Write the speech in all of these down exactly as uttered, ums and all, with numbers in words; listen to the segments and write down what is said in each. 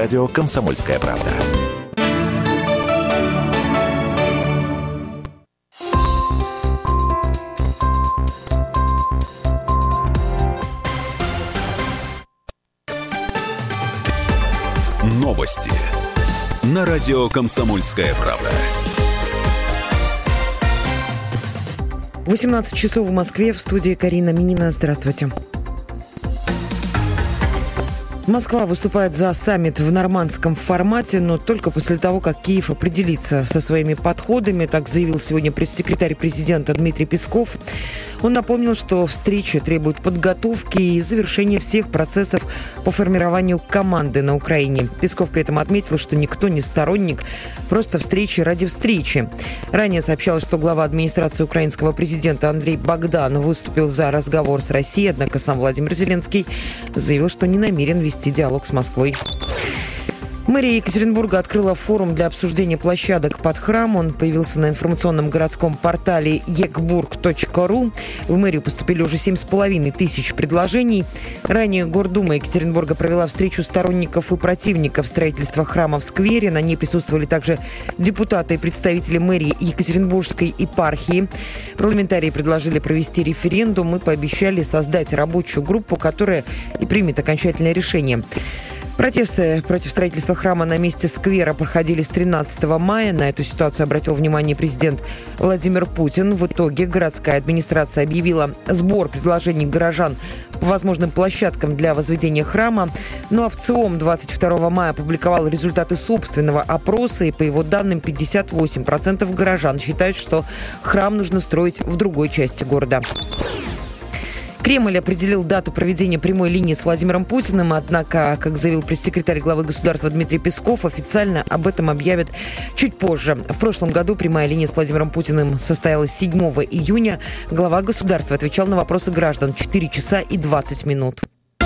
радио «Комсомольская правда». Новости на радио «Комсомольская правда». восемнадцать часов в Москве, в студии Карина Минина. Здравствуйте. Москва выступает за саммит в нормандском формате, но только после того, как Киев определится со своими подходами, так заявил сегодня пресс-секретарь президента Дмитрий Песков. Он напомнил, что встреча требует подготовки и завершения всех процессов по формированию команды на Украине. Песков при этом отметил, что никто не сторонник просто встречи ради встречи. Ранее сообщалось, что глава администрации украинского президента Андрей Богдан выступил за разговор с Россией, однако сам Владимир Зеленский заявил, что не намерен вести диалог с Москвой. Мэрия Екатеринбурга открыла форум для обсуждения площадок под храм. Он появился на информационном городском портале екбург точка ру. В мэрию поступили уже семь с половиной тысяч предложений. Ранее Гордума Екатеринбурга провела встречу сторонников и противников строительства храма в сквере. На ней присутствовали также депутаты и представители мэрии Екатеринбургской епархии. Парламентарии предложили провести референдум и пообещали создать рабочую группу, которая и примет окончательное решение. Протесты против строительства храма на месте сквера проходили с тринадцатого мая. На эту ситуацию обратил внимание президент Владимир Путин. В итоге городская администрация объявила сбор предложений горожан по возможным площадкам для возведения храма. Ну а ВЦИОМ двадцать второго мая опубликовал результаты собственного опроса. И по его данным, пятьдесят восемь процентов горожан считают, что храм нужно строить в другой части города. Кремль определил дату проведения прямой линии с Владимиром Путиным, однако, как заявил пресс-секретарь главы государства Дмитрий Песков, официально об этом объявят чуть позже. В прошлом году прямая линия с Владимиром Путиным состоялась седьмого июня. Глава государства отвечал на вопросы граждан четыре часа и двадцать минут.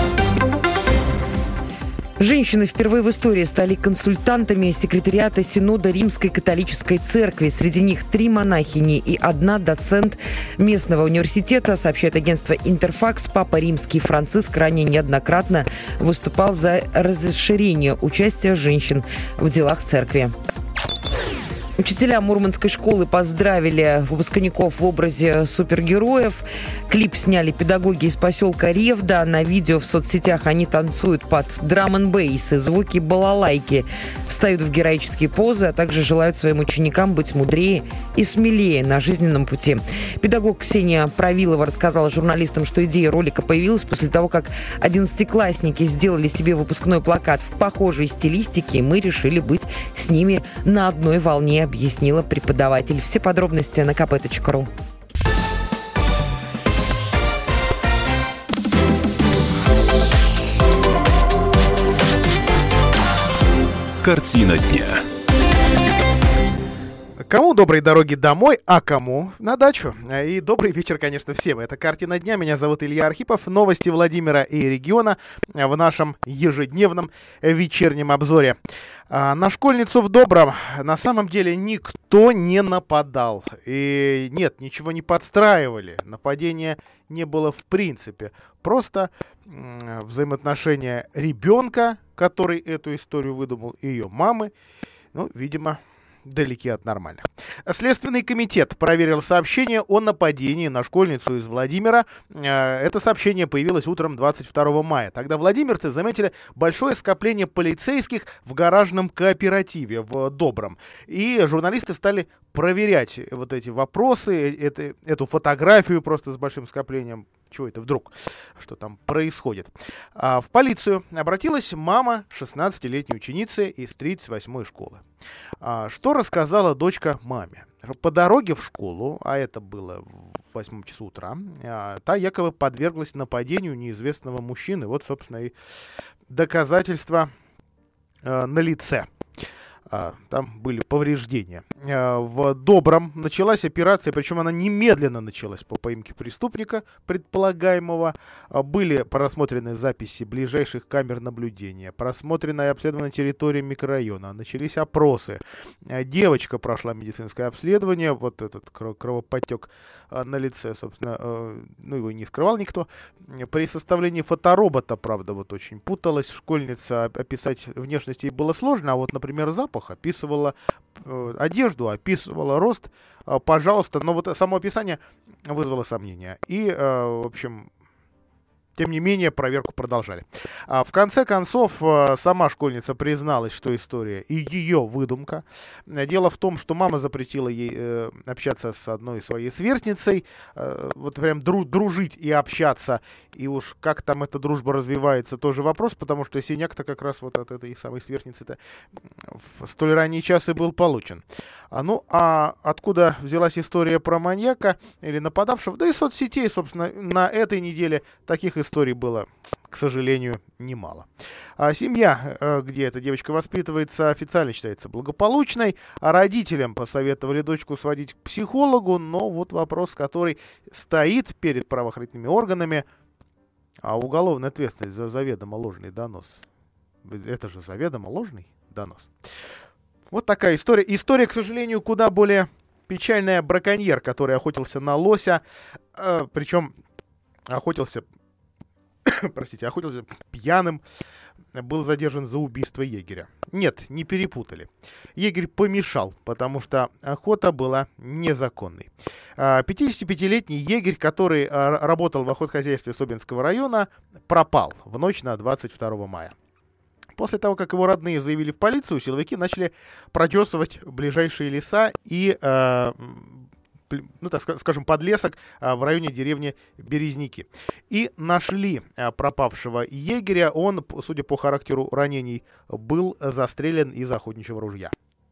Женщины впервые в истории стали консультантами секретариата Синода Римской католической церкви. Среди них три монахини и одна доцент местного университета, сообщает агентство «Интерфакс». Папа Римский Франциск ранее неоднократно выступал за расширение участия женщин в делах церкви. Учителя Мурманской школы поздравили выпускников в образе супергероев. Клип сняли педагоги из поселка Ревда. На видео в соцсетях они танцуют под драм-н-бейс и звуки балалайки, встают в героические позы, а также желают своим ученикам быть мудрее и смелее на жизненном пути. Педагог Ксения Правилова рассказала журналистам, что идея ролика появилась после того, как одиннадцатиклассники сделали себе выпускной плакат в похожей стилистике, и мы решили быть с ними на одной волне, объяснила преподаватель. Все подробности на ка пэ точка ру. Картина дня. Кому доброй дороги домой, а кому на дачу. И добрый вечер, конечно, всем. Это «Картина дня». Меня зовут Илья Архипов. Новости Владимира и региона в нашем ежедневном вечернем обзоре. На школьницу в Добром на самом деле никто не нападал. И нет, ничего не подстраивали. Нападения не было в принципе. Просто взаимоотношения ребенка, который эту историю выдумал, и ее мамы, ну, видимо, далеки от нормальных. Следственный комитет проверил сообщение о нападении на школьницу из Владимира. Это сообщение появилось утром двадцать второго мая. Тогда владимирцы заметили большое скопление полицейских в гаражном кооперативе в Добром. И журналисты стали проверять вот эти вопросы, это, эту фотографию просто с большим скоплением. Чего это вдруг? Что там происходит? А, в полицию обратилась мама шестнадцатилетней ученицы из тридцать восьмой школы. А, что рассказала дочка маме? По дороге в школу, а это было в восьмом часу утра, а, та якобы подверглась нападению неизвестного мужчины. Вот, собственно, и доказательства а, на лице. А, там были повреждения. А, в Добром началась операция, причем она немедленно началась по поимке преступника предполагаемого. А, были просмотрены записи ближайших камер наблюдения, просмотрена и обследована территория микрорайона, начались опросы. А, девочка прошла медицинское обследование, вот этот кровоподтек а, на лице, собственно, а, ну его не скрывал никто. При составлении фоторобота, правда, вот очень путалась школьница, описать внешность ей было сложно, а вот, например, запах описывала э, одежду, описывала рост, э, пожалуйста, но вот само описание вызвало сомнения. И, э, в общем, тем не менее, проверку продолжали. А в конце концов, сама школьница призналась, что история и ее выдумка. Дело в том, что мама запретила ей э, общаться с одной своей сверстницей, э, вот прям дру- дружить и общаться. И уж как там эта дружба развивается, тоже вопрос, потому что синяк-то как раз вот от этой самой сверстницы-то в столь ранний час и был получен. А, ну, а откуда взялась история про маньяка или нападавшего? Да и соцсетей, собственно, на этой неделе таких историй было, к сожалению, немало. А семья, где эта девочка воспитывается, официально считается благополучной, а родителям посоветовали дочку сводить к психологу, но вот вопрос, который стоит перед правоохранительными органами, а уголовная ответственность за заведомо ложный донос. Это же заведомо ложный донос. Вот такая история. История, к сожалению, куда более печальная. Браконьер, который охотился на лося, э, причем охотился, простите, охотился пьяным, был задержан за убийство егеря. Нет, не перепутали. Егерь помешал, потому что охота была незаконной. пятидесятипятилетний егерь, который работал в охотхозяйстве Собинского района, пропал в ночь на двадцать второго мая. После того, как его родные заявили в полицию, силовики начали прочесывать ближайшие леса и, э, ну так скажем, подлесок э, в районе деревни Березники. И нашли э, пропавшего егеря. Он, судя по характеру ранений, был застрелен из охотничьего ружья.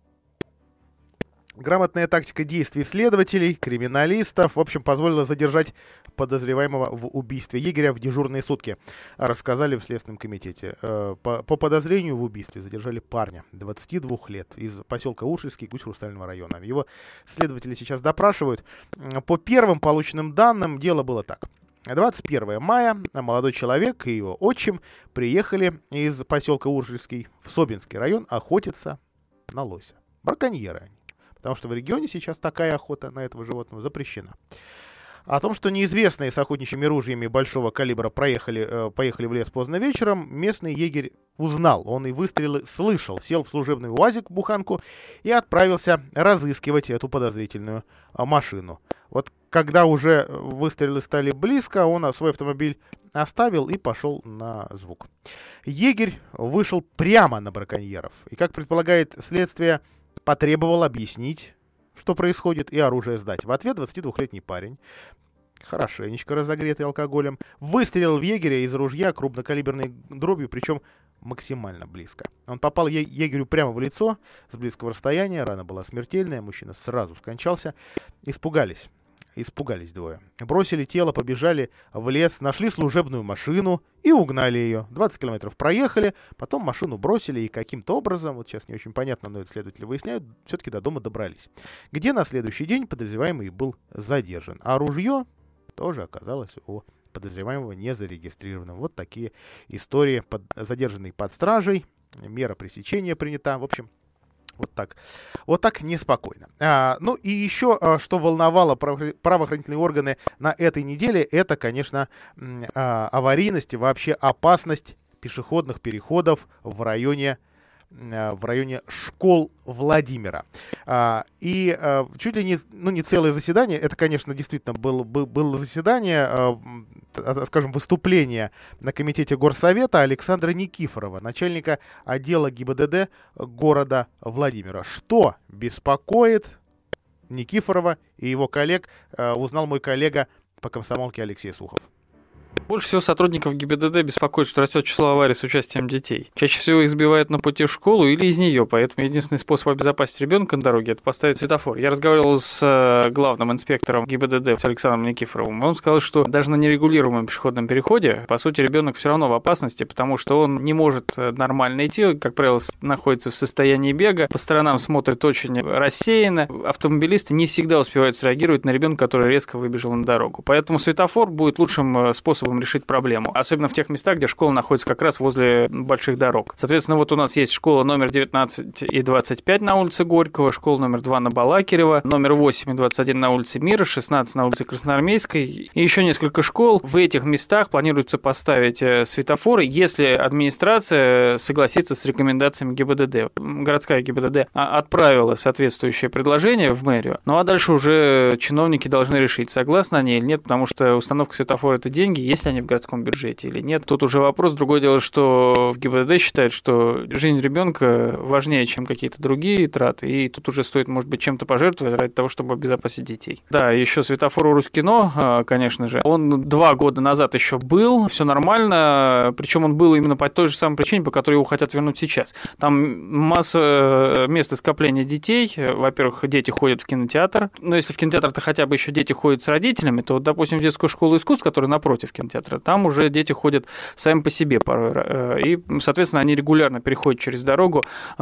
Грамотная тактика действий следователей, криминалистов, в общем, позволила задержать подозреваемого в убийстве егеря в дежурные сутки, рассказали в Следственном комитете. По, по подозрению в убийстве задержали парня, двадцати двух лет, из поселка Ушельский, Гусь-Хрустального района. Его следователи сейчас допрашивают. По первым полученным данным дело было так. двадцать первого мая молодой человек и его отчим приехали из поселка Ушельский в Собинский район охотиться на лося. Браконьеры они. Потому что в регионе сейчас такая охота на этого животного запрещена. О том, что неизвестные с охотничьими ружьями большого калибра проехали, э, поехали в лес поздно вечером, местный егерь узнал. Он и выстрелы слышал. Сел в служебный УАЗик-буханку и отправился разыскивать эту подозрительную э, машину. Вот когда уже выстрелы стали близко, он свой автомобиль оставил и пошел на звук. Егерь вышел прямо на браконьеров. И, как предполагает следствие, потребовал объяснить, что происходит, и оружие сдать. В ответ двадцатидвухлетний парень, хорошенечко разогретый алкоголем, выстрелил в егеря из ружья крупнокалиберной дробью, причем максимально близко. Он попал е- егерю прямо в лицо с близкого расстояния, рана была смертельная, мужчина сразу скончался. Испугались. Испугались двое. Бросили тело, побежали в лес, нашли служебную машину и угнали ее. двадцать километров проехали, потом машину бросили и каким-то образом, вот сейчас не очень понятно, но это следователи выясняют, все-таки до дома добрались. Где на следующий день подозреваемый был задержан. А ружье тоже оказалось у подозреваемого незарегистрированным. Вот такие истории. Под, задержанный под стражей, мера пресечения принята. В общем, Вот так, вот так неспокойно. А, ну и еще, а, что волновало правоохранительные органы на этой неделе, это, конечно, а, аварийность и вообще опасность пешеходных переходов в районе, а, в районе школ Владимира. А, и а, чуть ли не, ну, не целое заседание, это, конечно, действительно было, было заседание, а, скажем, выступление на комитете горсовета Александра Никифорова, начальника отдела ГИБДД города Владимира. Что беспокоит Никифорова и его коллег, узнал мой коллега по комсомолке Алексей Сухов. Больше всего сотрудников ГИБДД беспокоит, что растет число аварий с участием детей. Чаще всего их сбивают на пути в школу или из нее, поэтому единственный способ обезопасить ребенка на дороге – это поставить светофор. Я разговаривал с главным инспектором ГИБДД с Александром Никифоровым. Он сказал, что даже на нерегулируемом пешеходном переходе, по сути, ребенок все равно в опасности, потому что он не может нормально идти, как правило, находится в состоянии бега, по сторонам смотрит очень рассеянно. Автомобилисты не всегда успевают среагировать на ребенка, который резко выбежал на дорогу. Поэтому светофор будет лучшим способом решить проблему, особенно в тех местах, где школа находится как раз возле больших дорог. Соответственно, вот у нас есть школа номер девятнадцать и двадцать пять на улице Горького, школа номер два на Балакирева, номер восемь и двадцать один на улице Мира, шестнадцать на улице Красноармейской и еще несколько школ. В этих местах планируется поставить светофоры, если администрация согласится с рекомендациями ГИБДД. Городская ГИБДД отправила соответствующее предложение в мэрию, ну а дальше уже чиновники должны решить, согласны они или нет, потому что установка светофора – это деньги, есть они в городском бюджете или нет. Тут уже вопрос. Другое дело, что в ГИБДД считают, что жизнь ребенка важнее, чем какие-то другие траты, и тут уже стоит, может быть, чем-то пожертвовать ради того, чтобы обезопасить детей. Да, еще светофор у Рускино, конечно же, он два года назад еще был, все нормально, причем он был именно по той же самой причине, по которой его хотят вернуть сейчас. Там масса места скопления детей. Во-первых, дети ходят в кинотеатр, но если в кинотеатр-то хотя бы еще дети ходят с родителями, то, допустим, в детскую школу искусств, которая напротив кинотеатра, там уже дети ходят сами по себе порой. И, соответственно, они регулярно переходят через дорогу,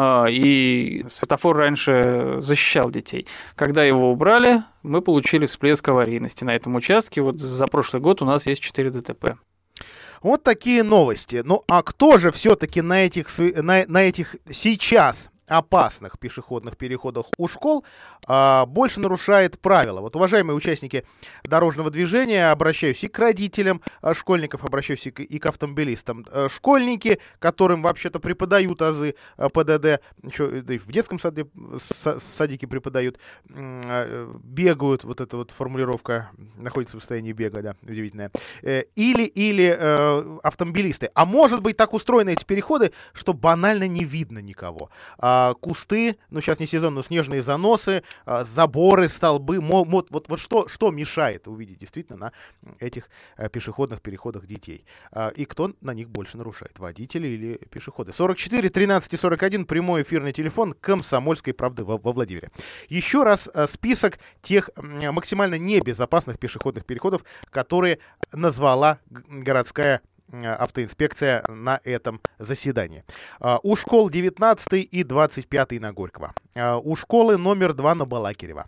и светофор раньше защищал детей. Когда его убрали, мы получили всплеск аварийности на этом участке. Вот за прошлый год у нас есть четыре ДТП. Вот такие новости. Ну а кто же все-таки на этих, на, на этих сейчас опасных пешеходных переходах у школ а, больше нарушает правила? Вот, уважаемые участники дорожного движения, обращаюсь и к родителям а, школьников, обращаюсь и к, и к автомобилистам. А, школьники, которым вообще-то преподают азы а, ПДД, еще, да и в детском саде, с, садике преподают, а, бегают, вот эта вот формулировка, находится в состоянии бега, да, удивительная, э, или, или э, автомобилисты. А может быть, так устроены эти переходы, что банально не видно никого. А, кусты, ну сейчас не сезон, но снежные заносы, а, заборы, столбы, мо, мо, вот, вот что, что мешает увидеть действительно на этих а, пешеходных переходах детей? А, и кто на них больше нарушает, водители или пешеходы? сорок четыре тринадцать сорок один, прямой эфирный телефон «Комсомольской правды» во, во Владимире. Еще раз а, список тех а, максимально небезопасных пешеходных переходов, которые назвала городская автоинспекция на этом заседании. У школ девятнадцатый и двадцать пятый на Горького. У школы номер два на Балакирева.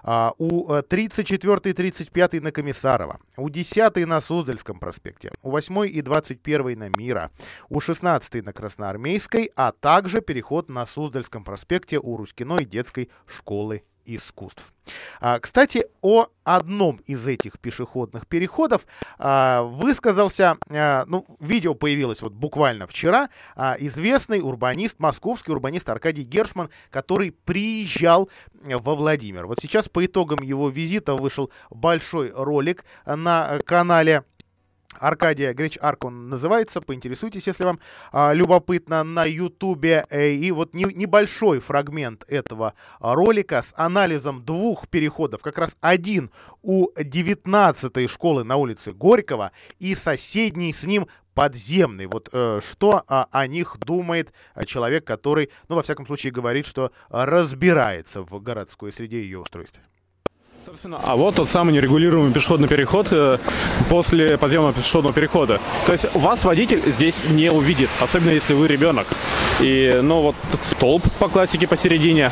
У тридцать четвёртый и тридцать пятый на Комиссарова. У десятый на Суздальском проспекте. У восьмой и двадцать первый на Мира. У шестнадцатый на Красноармейской, а также переход на Суздальском проспекте у Рускиной детской школы искусств. А, кстати, о одном из этих пешеходных переходов а, высказался, а, ну, видео появилось вот буквально вчера, а, известный урбанист, московский урбанист Аркадий Гершман, который приезжал во Владимир. Вот сейчас по итогам его визита вышел большой ролик на канале Аркадия Греч Арк он называется, поинтересуйтесь, если вам а, любопытно, на Ютубе. И вот не, небольшой фрагмент этого ролика с анализом двух переходов, как раз один у девятнадцатой школы на улице Горького и соседний с ним подземный. Вот э, что а, о них думает человек, который, ну, во всяком случае, говорит, что разбирается в городской среде и ее устройстве. Собственно, а вот тот самый нерегулируемый пешеходный переход э, после подземного пешеходного перехода. То есть вас водитель здесь не увидит, особенно если вы ребенок. И, ну, вот столб по классике посередине.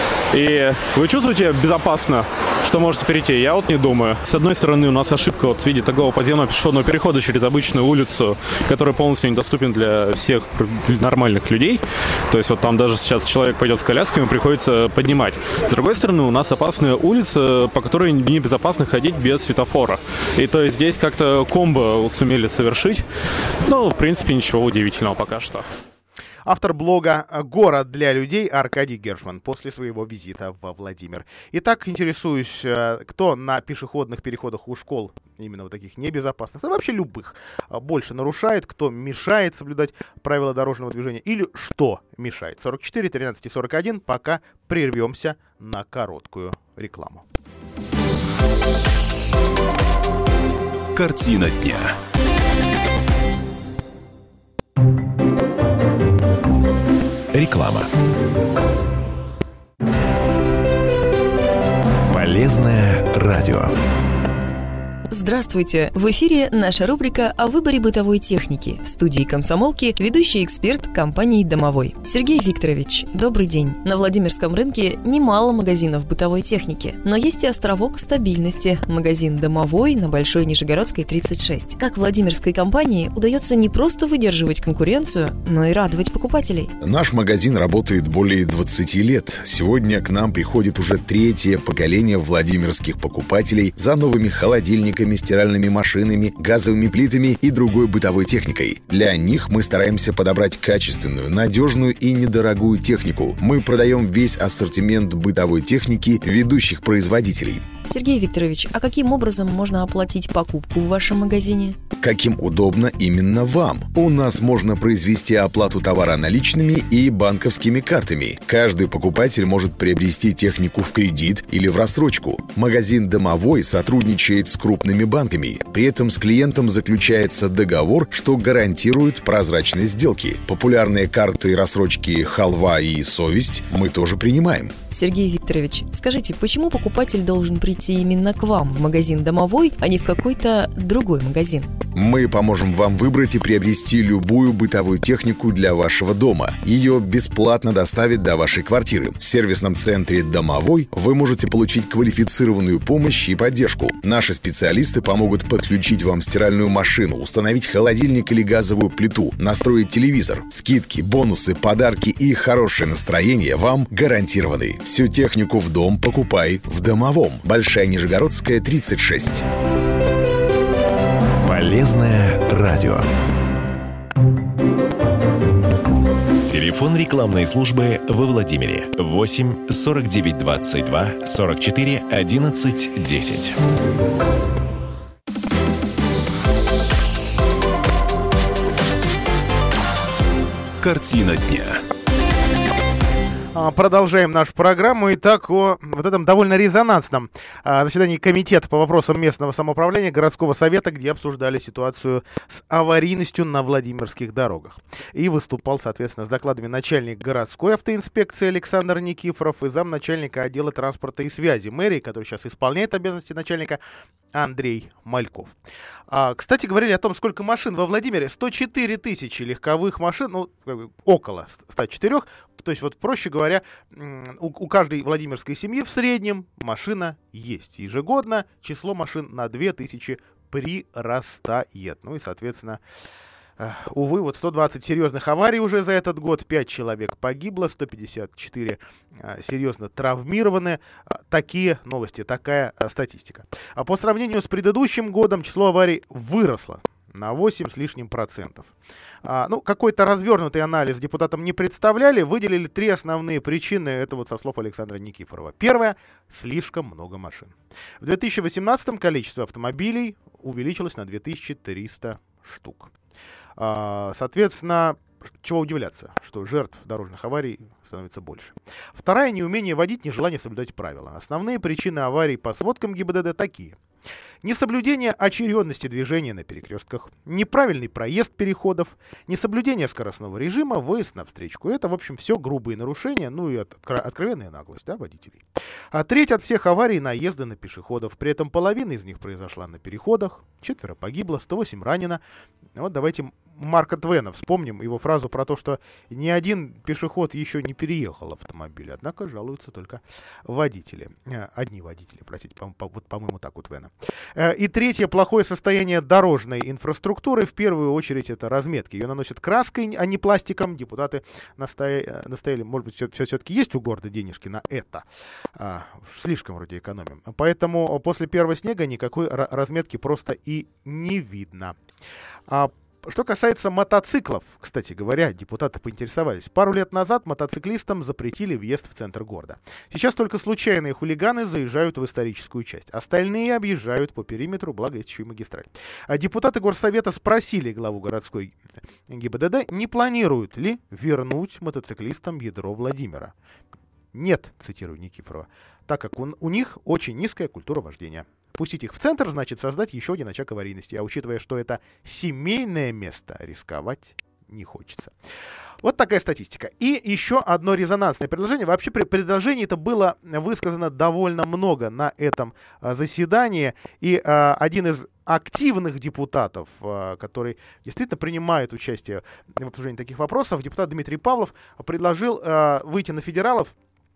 И вы чувствуете безопасно, что можете перейти? Я вот не думаю. С одной стороны, у нас ошибка вот в виде такого подземного пешеходного перехода через обычную улицу, который полностью недоступен для всех нормальных людей. То есть вот там даже сейчас человек пойдет с коляской, ему приходится поднимать. С другой стороны, у нас опасная улица, по которой небезопасно ходить без светофора. И то есть здесь как-то комбо сумели совершить. Ну, в принципе, ничего удивительного пока что. Автор блога «Город для людей» Аркадий Гершман после своего визита во Владимир. Итак, интересуюсь, кто на пешеходных переходах у школ, именно вот таких небезопасных, да вообще любых, больше нарушает, кто мешает соблюдать правила дорожного движения или что мешает. сорок четыре тринадцать сорок один, пока прервемся на короткую рекламу. Картина дня. Реклама. Полезное радио. Здравствуйте! В эфире наша рубрика о выборе бытовой техники. В студии «Комсомолки» ведущий эксперт компании «Домовой». Сергей Викторович, добрый день. На Владимирском рынке немало магазинов бытовой техники, но есть и островок стабильности – магазин «Домовой» на Большой Нижегородской, тридцать шесть. Как Владимирской компании удается не просто выдерживать конкуренцию, но и радовать покупателей? Наш магазин работает более двадцати лет. Сегодня к нам приходит уже третье поколение владимирских покупателей за новыми холодильниками, стиральными машинами, газовыми плитами и другой бытовой техникой. Для них мы стараемся подобрать качественную, надежную и недорогую технику. Мы продаем весь ассортимент бытовой техники ведущих производителей. Сергей Викторович, а каким образом можно оплатить покупку в вашем магазине? Каким удобно именно вам. У нас можно произвести оплату товара наличными и банковскими картами. Каждый покупатель может приобрести технику в кредит или в рассрочку. Магазин «Домовой» сотрудничает с крупными банками. При этом с клиентом заключается договор, что гарантирует прозрачность сделки. Популярные карты рассрочки «Халва» и «Совесть» мы тоже принимаем. Сергей Викторович, скажите, почему покупатель должен прийти именно к вам в магазин «Домовой», а не в какой-то другой магазин? Мы поможем вам выбрать и приобрести любую бытовую технику для вашего дома. Ее бесплатно доставят до вашей квартиры. В сервисном центре «Домовой» вы можете получить квалифицированную помощь и поддержку. Наши специалисты помогут подключить вам стиральную машину, установить холодильник или газовую плиту, настроить телевизор. Скидки, бонусы, подарки и хорошее настроение вам гарантированы. Всю технику в дом покупай в «Домовом». Большая Нижегородская, тридцать шесть. Полезное радио. Телефон рекламной службы во Владимире восемь сорок девять двадцать два сорок четыре одиннадцать десять. Картина дня. Продолжаем нашу программу. Итак, о вот этом довольно резонансном заседании комитета по вопросам местного самоуправления городского совета, где обсуждали ситуацию с аварийностью на Владимирских дорогах. И выступал, соответственно, с докладами начальник городской автоинспекции Александр Никифоров и замначальника отдела транспорта и связи мэрии, который сейчас исполняет обязанности начальника, Андрей Мальков. А, кстати, говорили о том, сколько машин во Владимире. сто четыре тысячи легковых машин, ну, около ста четырёх. То есть, вот, проще говоря, у, у каждой владимирской семьи в среднем машина есть. Ежегодно число машин на две тысячи прирастает. Ну и, соответственно, увы, вот сто двадцать серьезных аварий уже за этот год, пять человек погибло, сто пятьдесят четыре а, серьезно травмированы. А, такие новости, такая а, статистика. А по сравнению с предыдущим годом число аварий выросло на восемь с лишним процентов. А, ну, какой-то развернутый анализ депутатам не представляли, выделили три основные причины, это вот со слов Александра Никифорова. Первое – слишком много машин. В две тысячи восемнадцатом количество автомобилей увеличилось на две тысячи триста штук. А, соответственно, чего удивляться, что жертв дорожных аварий становится больше. Вторая – неумение водить, нежелание соблюдать правила. Основные причины аварий по сводкам ГИБДД такие. Несоблюдение очередности движения на перекрестках, неправильный проезд переходов, несоблюдение скоростного режима, выезд на встречку. Это, в общем, все грубые нарушения, ну и откро- откровенная наглость, да, водителей. А треть от всех аварий — наезды на пешеходов. При этом половина из них произошла на переходах, четверо погибло, сто восемь ранено. Вот давайте Марка Твена вспомним, его фразу про то, что ни один пешеход еще не переехал автомобиль, однако жалуются только водители. Одни водители, простите, по- по- вот, по-моему, так у Твена. И третье — плохое состояние дорожной инфраструктуры. В первую очередь это разметки. Ее наносят краской, а не пластиком. Депутаты настоя... настояли, может быть, все, все, все-таки есть у города денежки на это. А, слишком вроде экономим. Поэтому после первого снега никакой р- разметки просто и не видно. А что касается мотоциклов, кстати говоря, депутаты поинтересовались. Пару лет назад мотоциклистам запретили въезд в центр города. Сейчас только случайные хулиганы заезжают в историческую часть. Остальные объезжают по периметру, благо есть еще и магистраль. А депутаты горсовета спросили главу городской ГИБДД, не планируют ли вернуть мотоциклистам ядро Владимира. Нет, цитирую Никифорова, так как у, у них очень низкая культура вождения. пустить их в центр, значит создать еще один очаг аварийности. А учитывая, что это семейное место, рисковать не хочется. Вот такая статистика. И еще одно резонансное предложение. Вообще предложений это было высказано довольно много на этом а, заседании. И а, один из активных депутатов, а, который действительно принимает участие в обсуждении таких вопросов, депутат Дмитрий Павлов, предложил а, выйти на федералов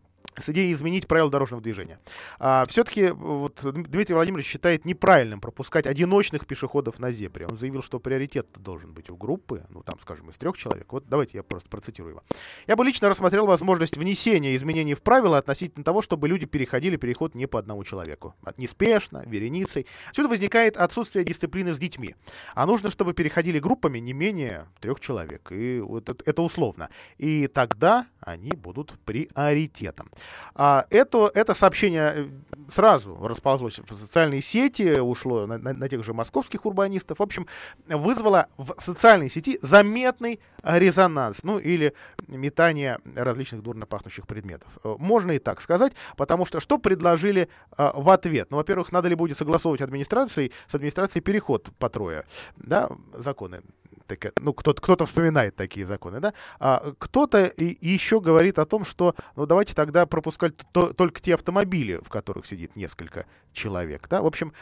с идеей изменить правила дорожного движения. А, все-таки вот, Дмитрий Владимирович считает неправильным пропускать одиночных пешеходов на зебре. Он заявил, что приоритет должен быть у группы, ну там, скажем, из трех человек. Вот давайте я просто процитирую его. «Я бы лично рассмотрел возможность внесения изменений в правила относительно того, чтобы люди переходили переход не по одному человеку. Неспешно, вереницей. Отсюда возникает отсутствие дисциплины с детьми. А нужно, чтобы переходили группами не менее трех человек. И вот это, это условно. И тогда они будут приоритетом». А это, это сообщение сразу расползлось в социальные сети, ушло на, на, на тех же московских урбанистов. В общем, вызвало в социальной сети заметный резонанс, ну или метание различных дурно пахнущих предметов. Можно и так сказать, потому что что предложили а, в ответ? Ну, во-первых, надо ли будет согласовывать администрацией, с администрацией переход по трое, да, законы. Ну, кто-то, кто-то вспоминает такие законы, да, а кто-то и, еще говорит о том, что, ну, давайте тогда пропускать то, только те автомобили, в которых сидит несколько человек, да, в общем,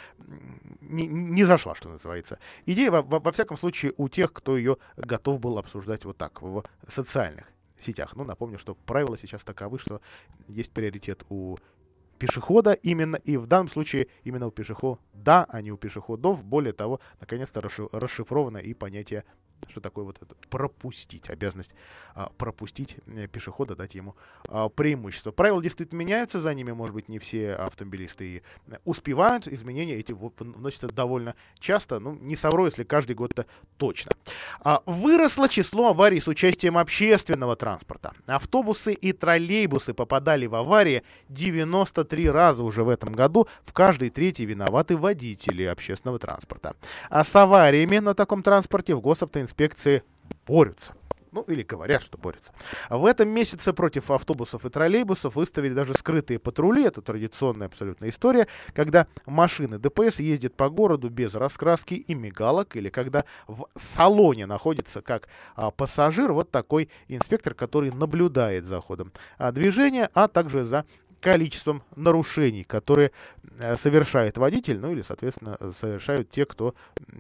не, не зашла, что называется. Идея, во, во всяком случае, у тех, кто ее готов был обсуждать вот так, в социальных сетях. Ну, напомню, что правила сейчас таковы, что есть приоритет у пешехода именно, и в данном случае именно у пешехода, а не у пешеходов. Более того, наконец-то расшифровано и понятие, что такое вот это пропустить, обязанность а, пропустить пешехода, дать ему а, преимущество. Правила действительно меняются, за ними, может быть, не все автомобилисты и успевают. Изменения эти вносятся довольно часто, ну, не совру, если каждый год-то точно. А, выросло число аварий с участием общественного транспорта. Автобусы и троллейбусы попадали в аварии девяносто три раза уже в этом году. В каждой третьей виноваты водители общественного транспорта. А с авариями на таком транспорте в госавтоинспекции инспекции борются. Ну, или говорят, что борются. В этом месяце против автобусов и троллейбусов выставили даже скрытые патрули. Это традиционная абсолютная история, когда машины ДПС ездят по городу без раскраски и мигалок, или когда в салоне находится как а, пассажир вот такой инспектор, который наблюдает за ходом а, движения, а также за количеством нарушений, которые э, совершает водитель, ну или, соответственно, совершают те, кто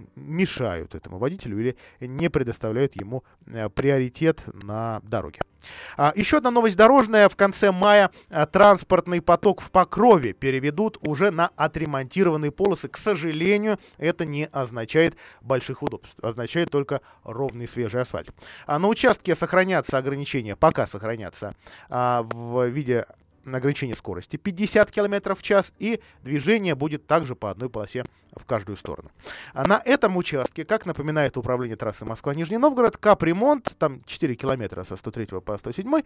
мешают этому водителю или не предоставляют ему э, приоритет на дороге. А, еще одна новость дорожная. В конце мая а, транспортный поток в Покрове переведут уже на отремонтированные полосы. К сожалению, это не означает больших удобств. Означает только ровный свежий асфальт. А на участке сохранятся ограничения, пока сохранятся а, в виде ограничение скорости пятьдесят километров в час, и движение будет также по одной полосе в каждую сторону. А на этом участке, как напоминает управление трассы Москва-Нижний Новгород, капремонт, там четыре километра со сто третьего по сто седьмой,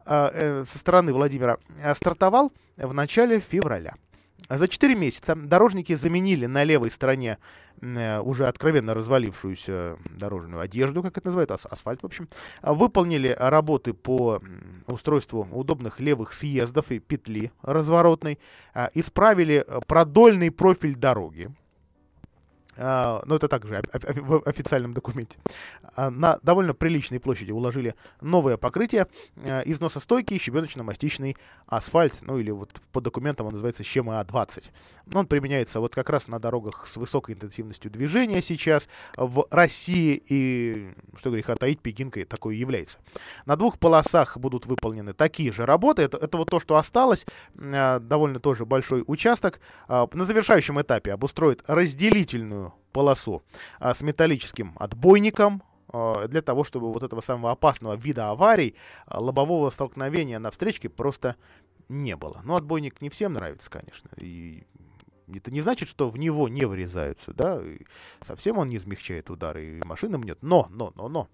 э, со стороны Владимира э, стартовал в начале февраля. За четыре месяца дорожники заменили на левой стороне э, уже откровенно развалившуюся дорожную одежду, как это называют, ас- асфальт, в общем. Выполнили работы по устройству удобных левых съездов и петли разворотной. Э, исправили продольный профиль дороги. Uh, но это также в официальном документе. Uh, на довольно приличной площади уложили новое покрытие, uh, износостойкий щебеночно-мастичный асфальт, ну или вот по документам он называется ЩМА двадцать. Он применяется вот как раз на дорогах с высокой интенсивностью движения сейчас в России, и, что греха таить, Пекинкой такой является. На двух полосах будут выполнены такие же работы. Это, это вот то, что осталось, uh, довольно тоже большой участок. Uh, на завершающем этапе обустроят разделительную полосу а, с металлическим отбойником а, для того, чтобы вот этого самого опасного вида аварий, а, лобового столкновения на встречке просто не было. Но отбойник не всем нравится, конечно. И это не значит, что в него не врезаются, да, и совсем он не смягчает удары, и машина мнет. Но, но, но, но.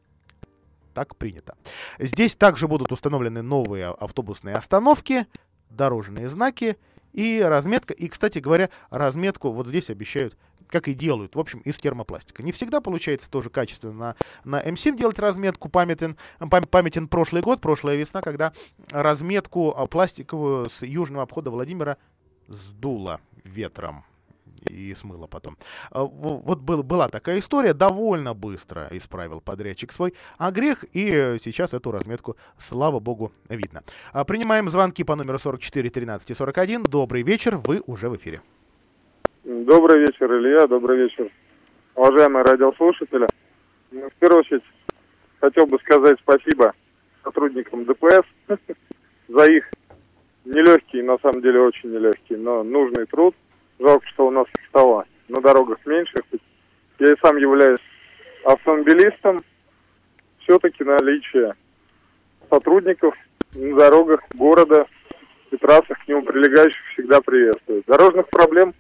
Так принято. Здесь также будут установлены новые автобусные остановки, дорожные знаки и разметка. И, кстати говоря, разметку вот здесь обещают, как и делают, в общем, из термопластика. Не всегда получается тоже качественно на, на эм семь делать разметку. Памятен, памятен прошлый год, прошлая весна, когда разметку пластиковую с южного обхода Владимира сдуло ветром. и смыло потом. Вот был, была такая история, довольно быстро исправил подрядчик свой огрех, и сейчас эту разметку, слава богу, видно. Принимаем звонки по номеру сорок четыре тринадцать сорок один. Добрый вечер, вы уже в эфире. Добрый вечер, Илья, добрый вечер, уважаемые радиослушатели. В первую очередь хотел бы сказать спасибо сотрудникам ДПС за их нелегкий, на самом деле очень нелегкий, но нужный труд. Жалко, что у нас стало на дорогах меньше. Я и сам являюсь автомобилистом. Все-таки наличие сотрудников на дорогах города и трассах к нему прилегающих всегда приветствует. Дорожных проблем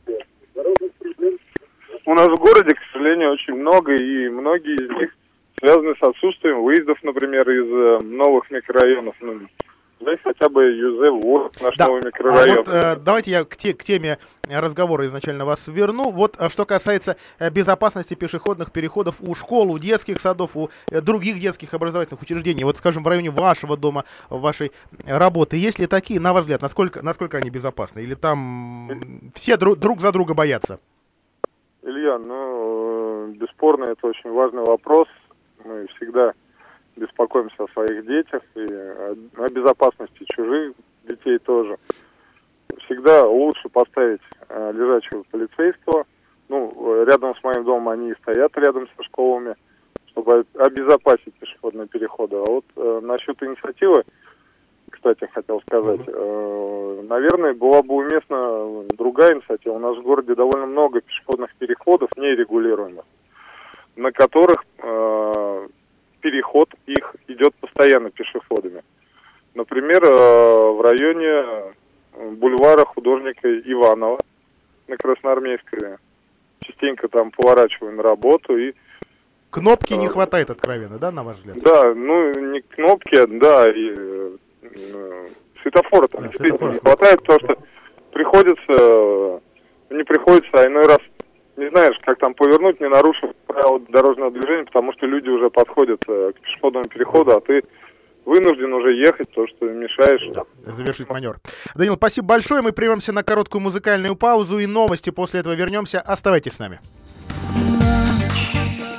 у нас в городе, к сожалению, очень много, и многие из них связаны с отсутствием выездов, например, из новых микрорайонов. Ну, здесь хотя бы ЮЗ-восемь, наш да. новый микрорайон. А вот, э, давайте я к, те, к теме разговора изначально вас верну. Вот что касается безопасности пешеходных переходов у школ, у детских садов, у других детских образовательных учреждений. Вот, скажем, в районе вашего дома, вашей работы. Есть ли такие, на ваш взгляд, насколько, насколько они безопасны? Или там все друг, друг за друга боятся? Илья, ну, бесспорно, это очень важный вопрос. Мы всегда беспокоимся о своих детях и о безопасности чужих детей тоже. Всегда лучше поставить э, лежачего полицейского. Ну, рядом с моим домом они и стоят рядом со школами, чтобы обезопасить пешеходные переходы. А вот э, насчет инициативы, кстати, хотел сказать, э, наверное, была бы уместна другая инициатива. У нас в городе довольно много пешеходных переходов нерегулируемых, на которых э, переход их идет постоянно пешеходами. Например, э, в районе бульвара художника Иванова на Красноармейской. Частенько там поворачиваю на работу и... Кнопки э, не хватает откровенно, да, на ваш взгляд? Да, ну не кнопки, да, и э, светофора там да, действительно не хватает, потому что приходится, не приходится, а иной раз не знаешь, как там повернуть, не нарушив правила дорожного движения, потому что люди уже подходят э, к пешеходному переходу, а ты вынужден уже ехать, то, что мешаешь. Да, завершить маневр. Данил, спасибо большое. Мы прервемся на короткую музыкальную паузу и новости. После этого вернемся. Оставайтесь с нами. Ночь,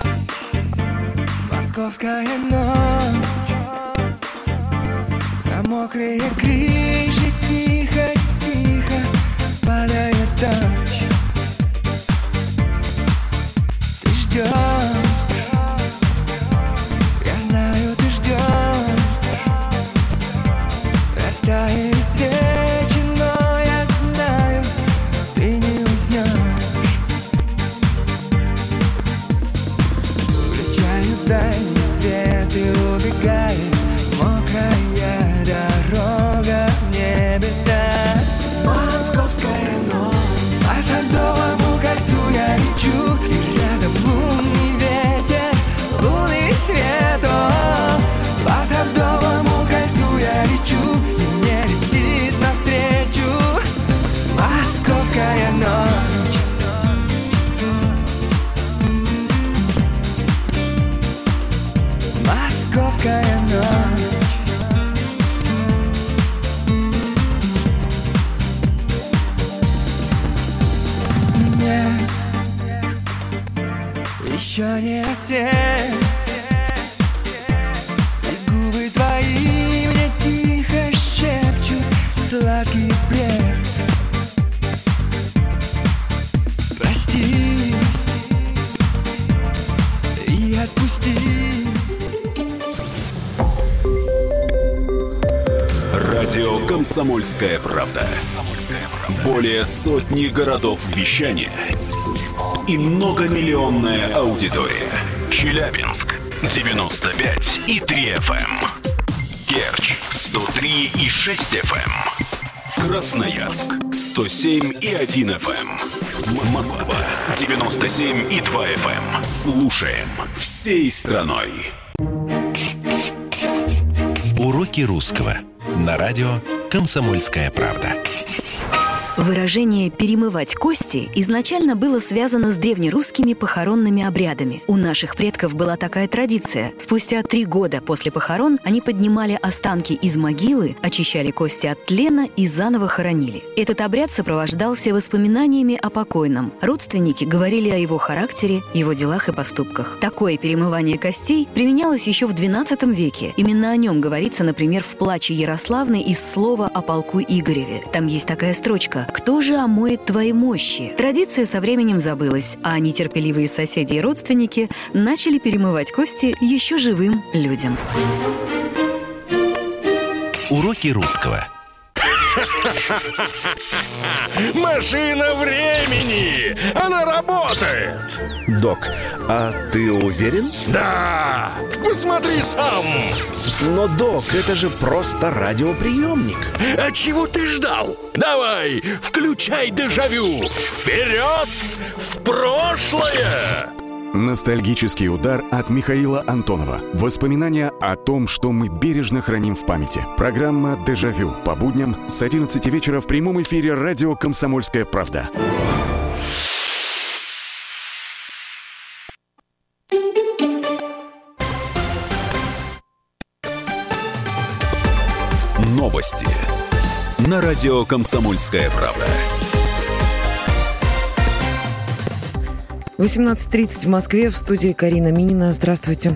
московская ночь, на мокрые крыши тихо-тихо падает дождь. Ты ждешь, я знаю, ты ждешь. Растаяли свечи, но я знаю, ты не уснешь. Включаю дальний свет и убегает мокрая дорога в небеса. Московская ночь, по Садовому кольцу я лечу, и рядом лунный ветер, лунный свет. О, по Садовому кольцу я лечу, московская ночь. Московская ночь. Нет, еще не рассвет, и губы твои мне тихо шепчут сладкий бред. Прости и отпусти. Радио «Комсомольская правда». Более сотни городов вещания и многомиллионная аудитория. Челябинск девяносто пять и три эф эм, Керчь сто три и шесть эф эм, Красноярск сто семь и один эф эм, Москва девяносто семь и два эф эм. Слушаем всей страной. Уроки русского на радио «Комсомольская правда». Выражение «перемывать кости» изначально было связано с древнерусскими похоронными обрядами. У наших предков была такая традиция. Спустя три года после похорон они поднимали останки из могилы, очищали кости от тлена и заново хоронили. Этот обряд сопровождался воспоминаниями о покойном. Родственники говорили о его характере, его делах и поступках. Такое перемывание костей применялось еще в двенадцатом веке. Именно о нем говорится, например, в «Плаче Ярославны» из слова о полку Игореве. Там есть такая строчка: «Кто же омоет твои мощи?» Традиция со временем забылась, а нетерпеливые соседи и родственники начали перемывать кости еще живым людям. Уроки русского. Машина времени! Она работает! Док, а ты уверен? Да! Посмотри сам! Но, док, это же просто радиоприемник. А чего ты ждал? Давай, включай дежавю! Вперед! В прошлое! Ностальгический удар от Михаила Антонова. Воспоминания о том, что мы бережно храним в памяти. Программа «Дежавю» по будням с одиннадцати вечера в прямом эфире радио «Комсомольская правда». Новости на радио «Комсомольская правда». восемнадцать тридцать в Москве, в студии Карина Минина. Здравствуйте.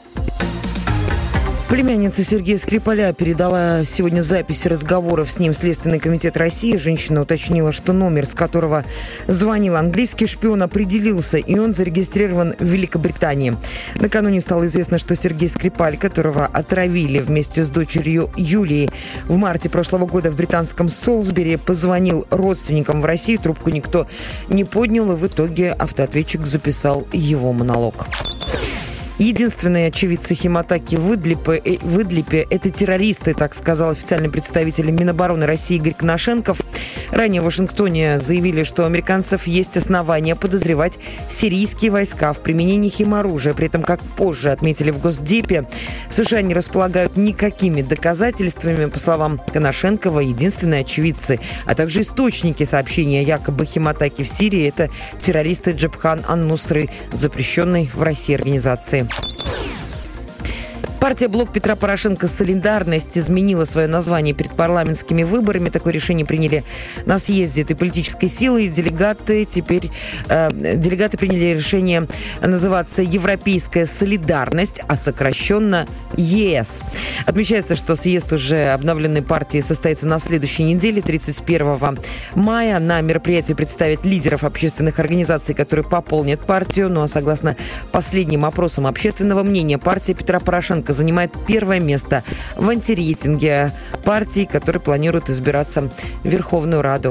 Племянница Сергея Скрипаля передала сегодня запись разговоров с ним в Следственный комитет России. Женщина уточнила, что номер, с которого звонил английский шпион, определился, и он зарегистрирован в Великобритании. Накануне стало известно, что Сергей Скрипаль, которого отравили вместе с дочерью Юлией в марте прошлого года в британском Солсбери, позвонил родственникам в Россию. Трубку никто не поднял, и в итоге автоответчик записал его монолог. Единственные очевидцы химатаки в Идлипе, в Идлипе – это террористы, так сказал официальный представитель Минобороны России Игорь Коношенков. Ранее в Вашингтоне заявили, что у американцев есть основания подозревать сирийские войска в применении химоружия. При этом, как позже отметили в Госдепе, США не располагают никакими доказательствами. По словам Коношенкова, единственные очевидцы, а также источники сообщения о якобы химатаке в Сирии – это террористы Джабхан ан-Нусры, запрещенной в России организации. Партия «Блок Петра Порошенко. Солидарность» изменила свое название перед парламентскими выборами. Такое решение приняли на съезде этой политической силы. И делегаты теперь э, делегаты приняли решение называться «Европейская солидарность», а сокращенно ЕС. Отмечается, что съезд уже обновленной партии состоится на следующей неделе, тридцать первого мая. На мероприятии представят лидеров общественных организаций, которые пополнят партию. Ну а согласно последним опросам общественного мнения, партия Петра Порошенко занимает первое место в антирейтинге партий, которые планируют избираться в Верховную Раду.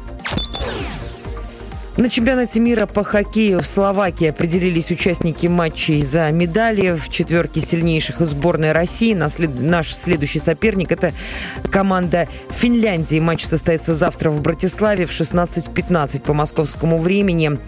На чемпионате мира по хоккею в Словакии определились участники матчей за медали в четверке сильнейших из сборной России. Наслед... Наш следующий соперник – это команда Финляндии. Матч состоится завтра в Братиславе в шестнадцать пятнадцать по московскому времени.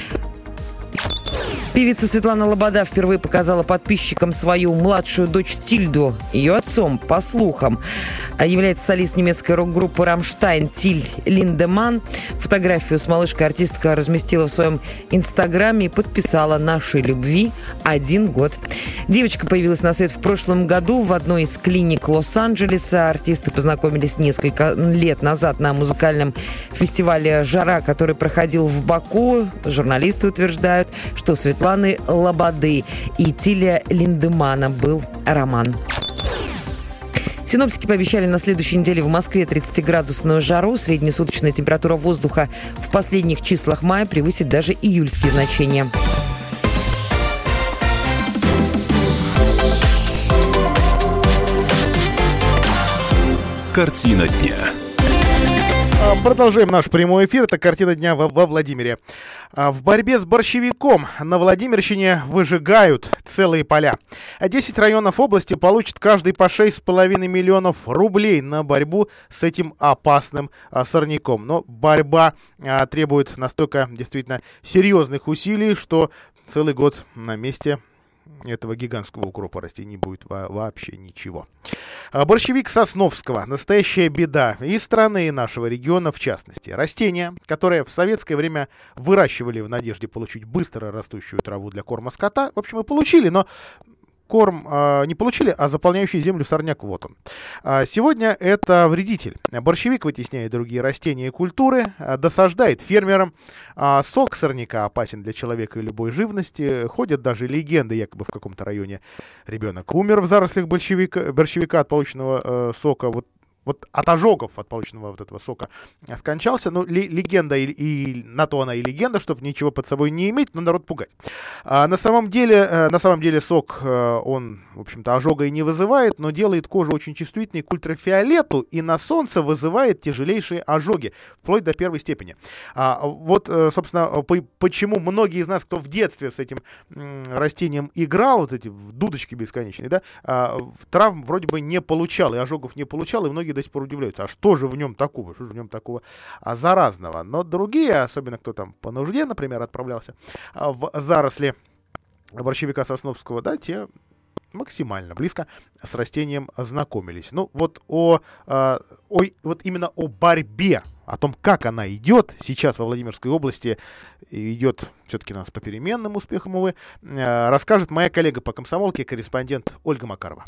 Певица Светлана Лобода впервые показала подписчикам свою младшую дочь Тильду. Ее отцом, по слухам, является солист немецкой рок-группы «Рамштайн» Тиль Линдеманн. Фотографию с малышкой артистка разместила в своем инстаграме и подписала «Нашей любви один год». Девочка появилась на свет в прошлом году в одной из клиник Лос-Анджелеса. Артисты познакомились несколько лет назад на музыкальном фестивале «Жара», который проходил в Баку. Журналисты утверждают, что Светлана Светланы Лободы и Тиля Линдеманна был роман. Синоптики пообещали на следующей неделе в Москве тридцатиградусную жару. Среднесуточная температура воздуха в последних числах мая превысит даже июльские значения. Картина дня. Продолжаем наш прямой эфир. Это картина дня во, во Владимире. В борьбе с борщевиком на Владимирщине выжигают целые поля. десять районов области получат каждый по шесть с половиной миллионов рублей на борьбу с этим опасным а, сорняком. Но борьба а, требует настолько действительно серьезных усилий, что целый год на месте этого гигантского укропа расти не будет во- вообще ничего. А борщевик Сосновского – настоящая беда и страны, и нашего региона в частности. Растение, которое в советское время выращивали в надежде получить быстро растущую траву для корма скота, в общем, и получили, но корм э, не получили, а заполняющий землю сорняк вот он. А сегодня это вредитель. Борщевик вытесняет другие растения и культуры, а, досаждает фермерам. А сок сорняка опасен для человека и любой живности. Ходят даже легенды, якобы в каком-то районе ребенок умер в зарослях борщевика, борщевика от полученного э, сока. Вот Вот от ожогов от полученного вот этого сока скончался. Ну, ли, легенда, и, и на то она и легенда, чтобы ничего под собой не иметь, но народ пугать. А на самом деле, на самом деле сок, он, в общем-то, ожога и не вызывает, но делает кожу очень чувствительной к ультрафиолету и на солнце вызывает тяжелейшие ожоги, вплоть до первой степени. А вот, собственно, по, почему многие из нас, кто в детстве с этим м, растением играл, вот эти дудочки бесконечные, да, а, травм вроде бы не получал, и ожогов не получал, и многие до сих пор удивляются, а что же в нем такого, что же в нем такого а, заразного. Но другие, особенно кто там по нужде, например, отправлялся а, в заросли борщевика Сосновского, да, те максимально близко с растением знакомились. Ну, вот о, о, о вот именно о борьбе, о том, как она идет сейчас во Владимирской области, идет все-таки у нас по переменным успехам, увы, расскажет моя коллега по комсомолке, корреспондент Ольга Макарова.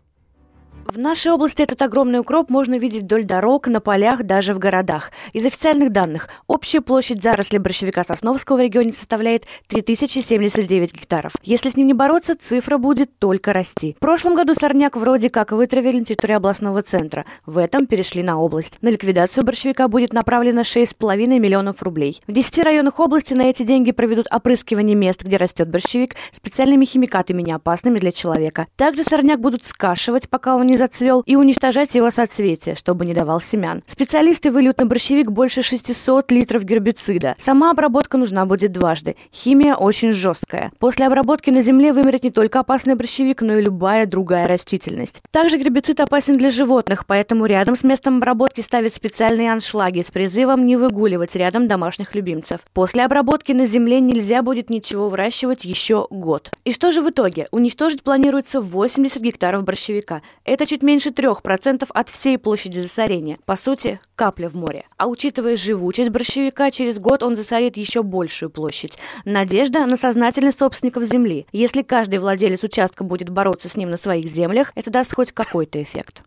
В нашей области этот огромный укроп можно видеть вдоль дорог, на полях, даже в городах. Из официальных данных, общая площадь зарослей борщевика Сосновского в регионе составляет три тысячи семьдесят девять гектаров. Если с ним не бороться, цифра будет только расти. В прошлом году сорняк вроде как вытравили на территории областного центра. В этом перешли на область. На ликвидацию борщевика будет направлено шесть с половиной миллионов рублей. В десяти районах области на эти деньги проведут опрыскивание мест, где растет борщевик, специальными химикатами, неопасными для человека. Также сорняк будут скашивать, пока он не зацвел, и уничтожать его соцветия, чтобы не давал семян. Специалисты выльют на борщевик больше шестисот литров гербицида. Сама обработка нужна будет дважды. Химия очень жесткая. После обработки на земле вымрет не только опасный борщевик, но и любая другая растительность. Также гербицид опасен для животных, поэтому рядом с местом обработки ставят специальные аншлаги с призывом не выгуливать рядом домашних любимцев. После обработки на земле нельзя будет ничего выращивать еще год. И что же в итоге? Уничтожить планируется восемьдесят гектаров борщевика. Это чуть меньше трех процентов от всей площади засорения. По сути, капля в море. А учитывая живучесть борщевика, через год он засорит еще большую площадь. Надежда на сознательность собственников земли. Если каждый владелец участка будет бороться с ним на своих землях, это даст хоть какой-то эффект.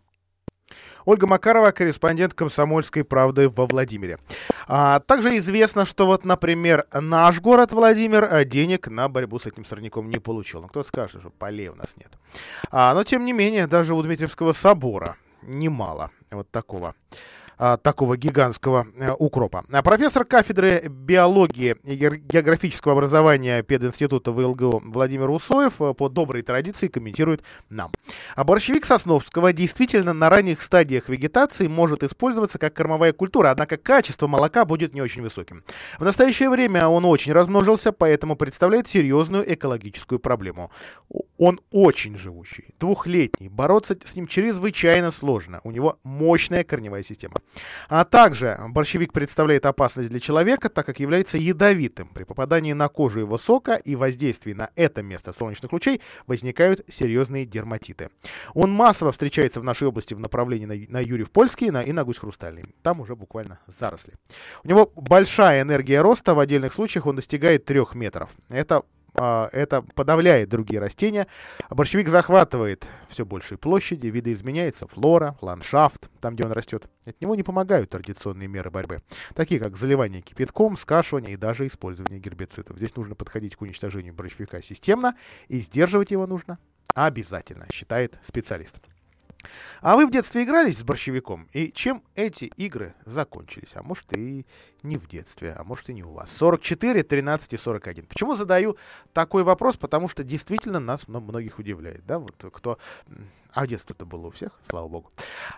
Ольга Макарова, корреспондент «Комсомольской правды» во Владимире. А также известно, что вот, например, наш город Владимир денег на борьбу с этим сорняком не получил. Ну, кто скажет, что полей у нас нет. А, но, тем не менее, даже у Дмитриевского собора немало вот такого. такого гигантского э, укропа. А профессор кафедры биологии и географического образования пединститута ВЛГУ Владимир Усоев э, по доброй традиции комментирует нам. А борщевик Сосновского действительно на ранних стадиях вегетации может использоваться как кормовая культура, однако качество молока будет не очень высоким. В настоящее время он очень размножился, поэтому представляет серьезную экологическую проблему. Он очень живучий, двухлетний, бороться с ним чрезвычайно сложно, у него мощная корневая система. А также борщевик представляет опасность для человека, так как является ядовитым. При попадании на кожу его сока и воздействии на это место солнечных лучей возникают серьезные дерматиты. Он массово встречается в нашей области в направлении на, на Юрьев-Польский на, и на Гусь-Хрустальный. Там уже буквально заросли. У него большая энергия роста, в отдельных случаях он достигает трех метров. Это Это подавляет другие растения. Борщевик захватывает все большие площади, видоизменяется флора, ландшафт, там, где он растет. От него не помогают традиционные меры борьбы, такие как заливание кипятком, скашивание и даже использование гербицидов. Здесь нужно подходить к уничтожению борщевика системно, и сдерживать его нужно обязательно, считает специалист. А вы в детстве игрались с борщевиком? И чем эти игры закончились? А может и не в детстве, а может и не у вас. сорок четыре, тринадцать и сорок один. Почему задаю такой вопрос? Потому что действительно нас многих удивляет. Да? Вот кто... А в детстве-то было у всех, слава богу.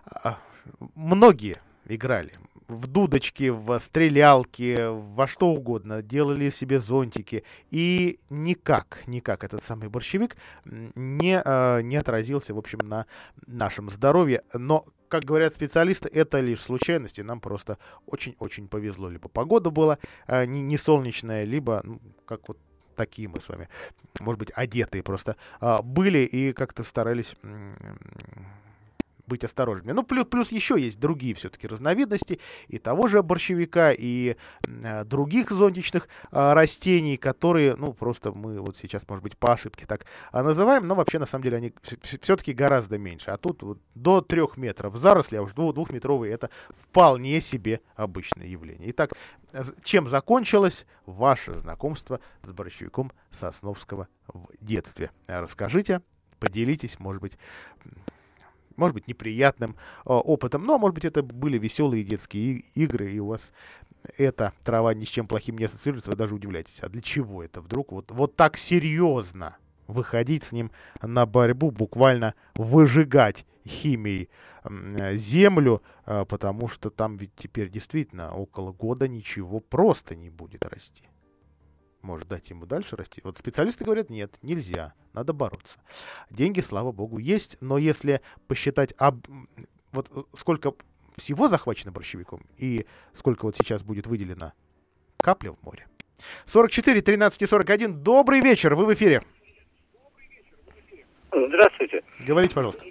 Многие играли в дудочки, в стрелялки, во что угодно, делали себе зонтики, и никак, никак этот самый борщевик не, э, не отразился, в общем, на нашем здоровье. Но, как говорят специалисты, это лишь случайности, нам просто очень-очень повезло. Либо погода была э, не, не солнечная, либо, ну, как вот такие мы с вами, может быть, одетые просто а, были и как-то старались м- быть осторожными. Ну, плюс, плюс еще есть другие все-таки разновидности и того же борщевика, и э, других зонтичных э, растений, которые, ну, просто мы вот сейчас, может быть, по ошибке так э, называем, но вообще, на самом деле, они все-таки гораздо меньше. А тут вот до трех метров заросли, а уж двухметровые, это вполне себе обычное явление. Итак, чем закончилось ваше знакомство с борщевиком Сосновского в детстве? Расскажите, поделитесь, может быть, может быть, неприятным э, опытом, но, может быть, это были веселые детские и- игры, и у вас эта трава ни с чем плохим не ассоциируется, вы даже удивляетесь. А для чего это вдруг вот, вот так серьезно выходить с ним на борьбу, буквально выжигать химией э, землю, э, потому что там ведь теперь действительно около года ничего просто не будет расти. Может дать ему дальше расти. Вот специалисты говорят, нет, нельзя, надо бороться. Деньги, слава богу, есть, но если посчитать, об... вот сколько всего захвачено борщевиком и сколько вот сейчас будет выделено капля в море. сорок четыре тринадцать и сорок один. Добрый вечер, вы в эфире. Здравствуйте. Говорите, пожалуйста.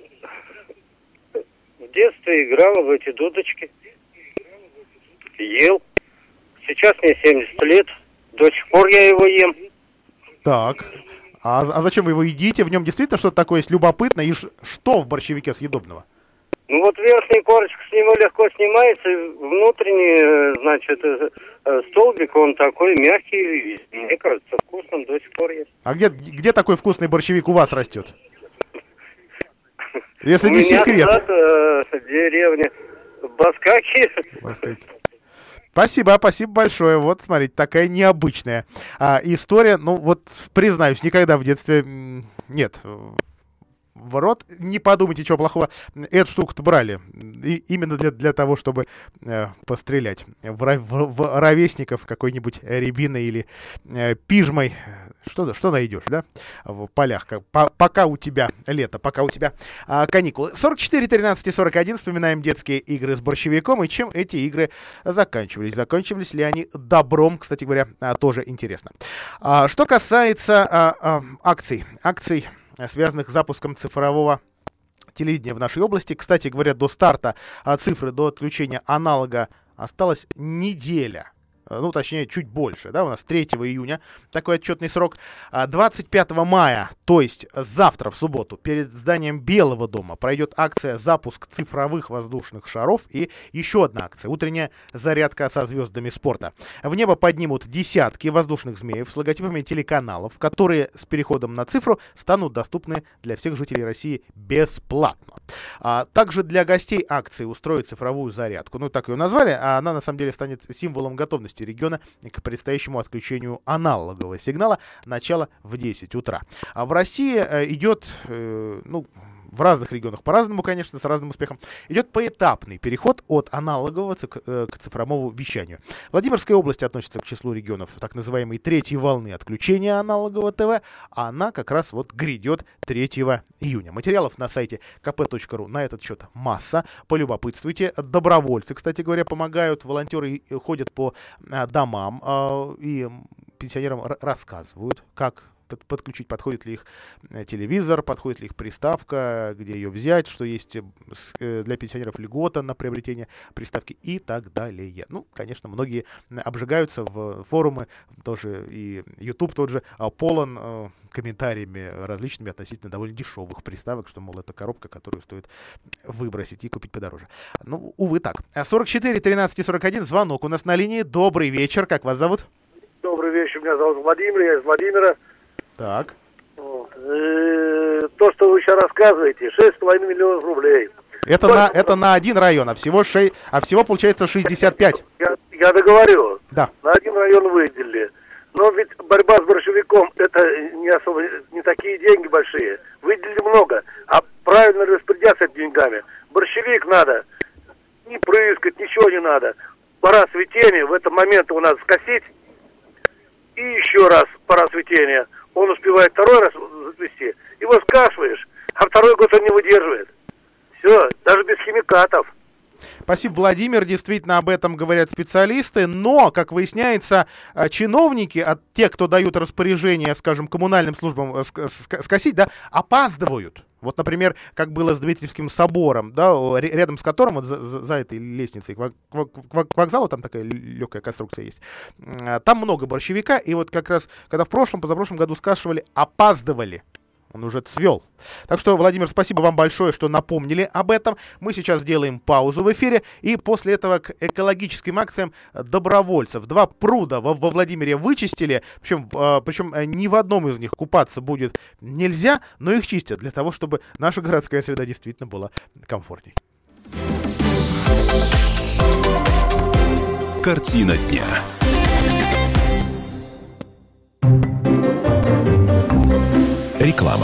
В детстве играла в эти дудочки. Ел. Сейчас мне семьдесят лет. До сих пор я его ем. Так, а, а зачем вы его едите? В нем действительно что-то такое есть любопытное? И ш- что в борщевике съедобного? Ну вот верхняя корочка с него легко снимается, и внутренний, значит, столбик, он такой мягкий, мне кажется, вкусным, до сих пор есть. А где, где такой вкусный борщевик у вас растет? Если у не меня секрет. Сад, э, деревня Баскаки. Баскаки. Спасибо, спасибо большое. Вот, смотрите, такая необычная а, история. Ну, вот, признаюсь, никогда в детстве... Нет, в рот, не подумайте, чего плохого, эту штуку-то брали. И, именно для, для того, чтобы э, пострелять в, в, в ровесников какой-нибудь рябиной или э, пижмой. Что, что найдешь, да, в полях, как, по, пока у тебя лето, пока у тебя а, каникулы. сорок четыре тринадцать и сорок один. Вспоминаем детские игры с борщевиком и чем эти игры заканчивались. Заканчивались ли они добром, кстати говоря, а, тоже интересно. А, что касается а, а, акций, акций, связанных с запуском цифрового телевидения в нашей области. Кстати говоря, до старта а, цифры, до отключения аналога осталась неделя. Ну, точнее, чуть больше, да, у нас третьего июня такой отчетный срок. двадцать пятого мая, то есть завтра, в субботу, перед зданием Белого дома пройдет акция «Запуск цифровых воздушных шаров» и еще одна акция «Утренняя зарядка со звездами спорта». В небо поднимут десятки воздушных змеев с логотипами телеканалов, которые с переходом на цифру станут доступны для всех жителей России бесплатно. А также для гостей акции устроят цифровую зарядку. Ну, так ее назвали, а она на самом деле станет символом готовности региона к предстоящему отключению аналогового сигнала, начало в десять утра. А в России э, идет, э, ну, в разных регионах по-разному, конечно, с разным успехом, идет поэтапный переход от аналогового к, к цифровому вещанию. Владимирская область относится к числу регионов так называемой третьей волны отключения аналогового ТВ, а она как раз вот грядет третьего июня. Материалов на сайте ка пэ точка ру на этот счет масса. Полюбопытствуйте. Добровольцы, кстати говоря, помогают. Волонтеры ходят по домам и пенсионерам рассказывают, как подключить, подходит ли их телевизор, подходит ли их приставка, где ее взять, что есть для пенсионеров льгота на приобретение приставки и так далее. Ну, конечно, многие обжигаются в форумы, тоже и YouTube тот же полон комментариями различными относительно довольно дешевых приставок, что, мол, это коробка, которую стоит выбросить и купить подороже. Ну, увы, так. сорок четыре тринадцать и сорок один, звонок у нас на линии. Добрый вечер, как вас зовут? Добрый вечер, меня зовут Владимир, я из Владимира. Так. Вот. И то, что вы сейчас рассказываете, шесть с половиной миллионов рублей. Это на, это на один район, а всего, шесть, а всего получается шестьдесят пять. Я, я договорю. Да. На один район выделили. Но ведь борьба с борщевиком, это не особо, не такие деньги большие. Выделили много, а правильно распорядиться деньгами. Борщевик надо не прыскать, ничего не надо. Пора цветения в этот момент у нас скосить. И еще раз пора цветения. Он успевает второй раз зацвести. Его скашиваешь, а второй год он не выдерживает. Все, даже без химикатов. Спасибо, Владимир. Действительно, об этом говорят специалисты. Но, как выясняется, чиновники, от тех, кто дают распоряжение, скажем, коммунальным службам скосить, да, опаздывают. Вот, например, как было с Дмитриевским собором, да, рядом с которым, вот за, за этой лестницей к, к, к вокзалу, там такая легкая конструкция есть, там много борщевика, и вот как раз, когда в прошлом, позапрошлом году скашивали, опаздывали. Он уже цвел. Так что, Владимир, спасибо вам большое, что напомнили об этом. Мы сейчас сделаем паузу в эфире. И после этого к экологическим акциям добровольцев. Два пруда во, во Владимире вычистили. Причем, э, причем ни в одном из них купаться будет нельзя, но их чистят для того, чтобы наша городская среда действительно была комфортней. Картина дня. Реклама.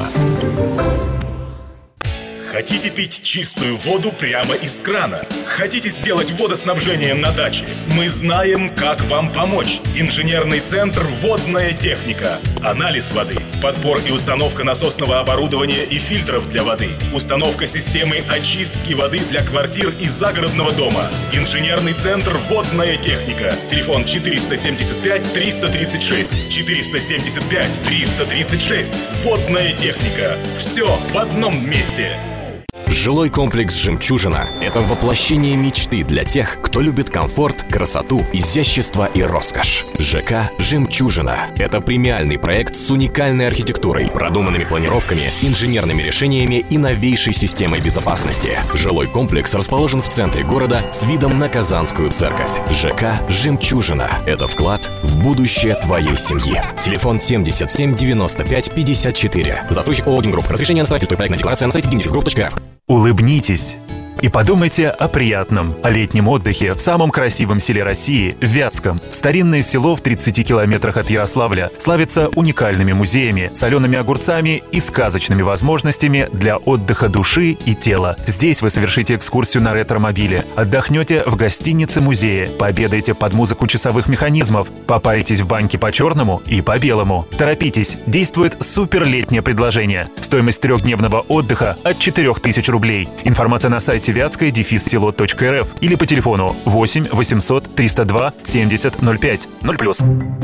Хотите пить чистую воду прямо из крана? Хотите сделать водоснабжение на даче? Мы знаем, как вам помочь. Инженерный центр «Водная техника». Анализ воды, подбор и установка насосного оборудования и фильтров для воды, установка системы очистки воды для квартир и загородного дома. Инженерный центр «Водная техника». Телефон четыреста семьдесят пять триста тридцать шесть. четыреста семьдесят пять триста тридцать шесть. «Водная техника». Все в одном месте. Жилой комплекс «Жемчужина» — это воплощение мечты для тех, кто любит комфорт, красоту, изящество и роскошь. ЖК «Жемчужина» — это премиальный проект с уникальной архитектурой, продуманными планировками, инженерными решениями и новейшей системой безопасности. Жилой комплекс расположен в центре города с видом на Казанскую церковь. ЖК «Жемчужина» — это вклад в будущее твоей семьи. Телефон семьдесят семь девяносто пять пятьдесят четыре. Застройщик ООО «Гимгрупп». Разрешение на строительство и проектная декларация на сайте гимнифисгрупп точка эр эф. Улыбнитесь и подумайте о приятном, о летнем отдыхе в самом красивом селе России – Вятском. Старинное село в тридцати километрах от Ярославля славится уникальными музеями, солеными огурцами и сказочными возможностями для отдыха души и тела. Здесь вы совершите экскурсию на ретро-мобиле, отдохнете в гостинице-музее, пообедаете под музыку часовых механизмов, попаритесь в баньке по-черному и по-белому. Торопитесь, действует суперлетнее предложение. Стоимость трехдневного отдыха от четырех тысяч рублей. Информация на сайте вятское дефис село точка эр эф или по телефону восемь восемьсот триста два семьдесят ноль пять ноль плюс.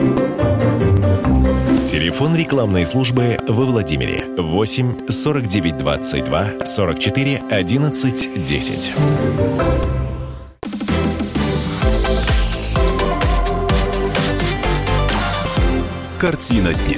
Телефон рекламной службы во Владимире восемь сорок девять двадцать два сорок четыре одиннадцать десять. Картина дня.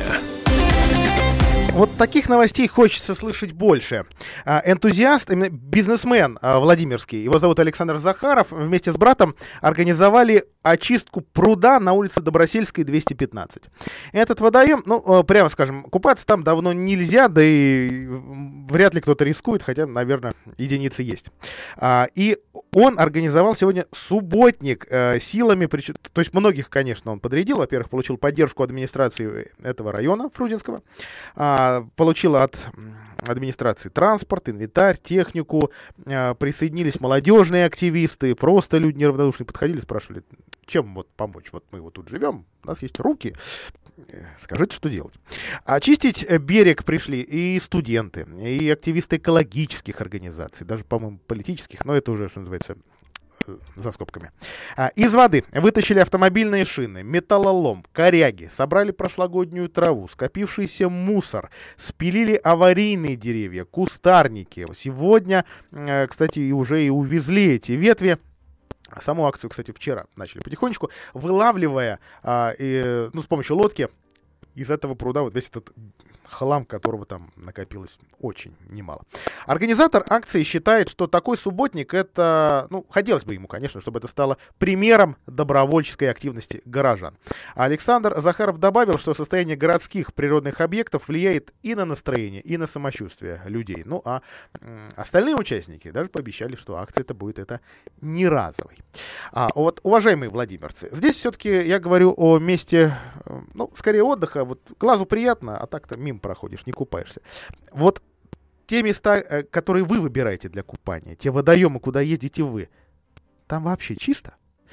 Вот таких новостей хочется слышать больше. А, энтузиаст, именно бизнесмен а, владимирский, его зовут Александр Захаров, вместе с братом организовали очистку пруда на улице Добросельской, двести пятнадцать. Этот водоем, ну, прямо скажем, купаться там давно нельзя, да и вряд ли кто-то рискует, хотя, наверное, единицы есть. А, и он организовал сегодня субботник а, силами, причем, то есть многих, конечно, он подрядил. Во-первых, получил поддержку администрации этого района Фрунзенского, а, получил от администрации транспорт, инвентарь, технику, а, присоединились молодежные активисты, просто люди неравнодушные подходили, спрашивали, чем вот помочь, вот мы вот тут живем, у нас есть руки, скажите, что делать. Очистить берег пришли и студенты, и активисты экологических организаций, даже, по-моему, политических, но это уже, что называется, за скобками. Из воды вытащили автомобильные шины, металлолом, коряги, собрали прошлогоднюю траву, скопившийся мусор, спилили аварийные деревья, кустарники. Сегодня, кстати, уже и увезли эти ветви. Саму акцию, кстати, вчера начали потихонечку, вылавливая а, и, ну, с помощью лодки из этого пруда вот весь этот хлам, которого там накопилось очень немало. Организатор акции считает, что такой субботник — это, ну, хотелось бы ему, конечно, чтобы это стало примером добровольческой активности горожан. Александр Захаров добавил, что состояние городских природных объектов влияет и на настроение, и на самочувствие людей. Ну, а м, остальные участники даже пообещали, что акция-то будет это не разовой. А вот, уважаемые владимирцы, здесь все-таки я говорю о месте, ну, скорее отдыха. Вот глазу приятно, а так-то мимо проходишь, не купаешься. Вот те места, которые вы выбираете для купания, те водоемы, куда едете вы, там вообще чисто?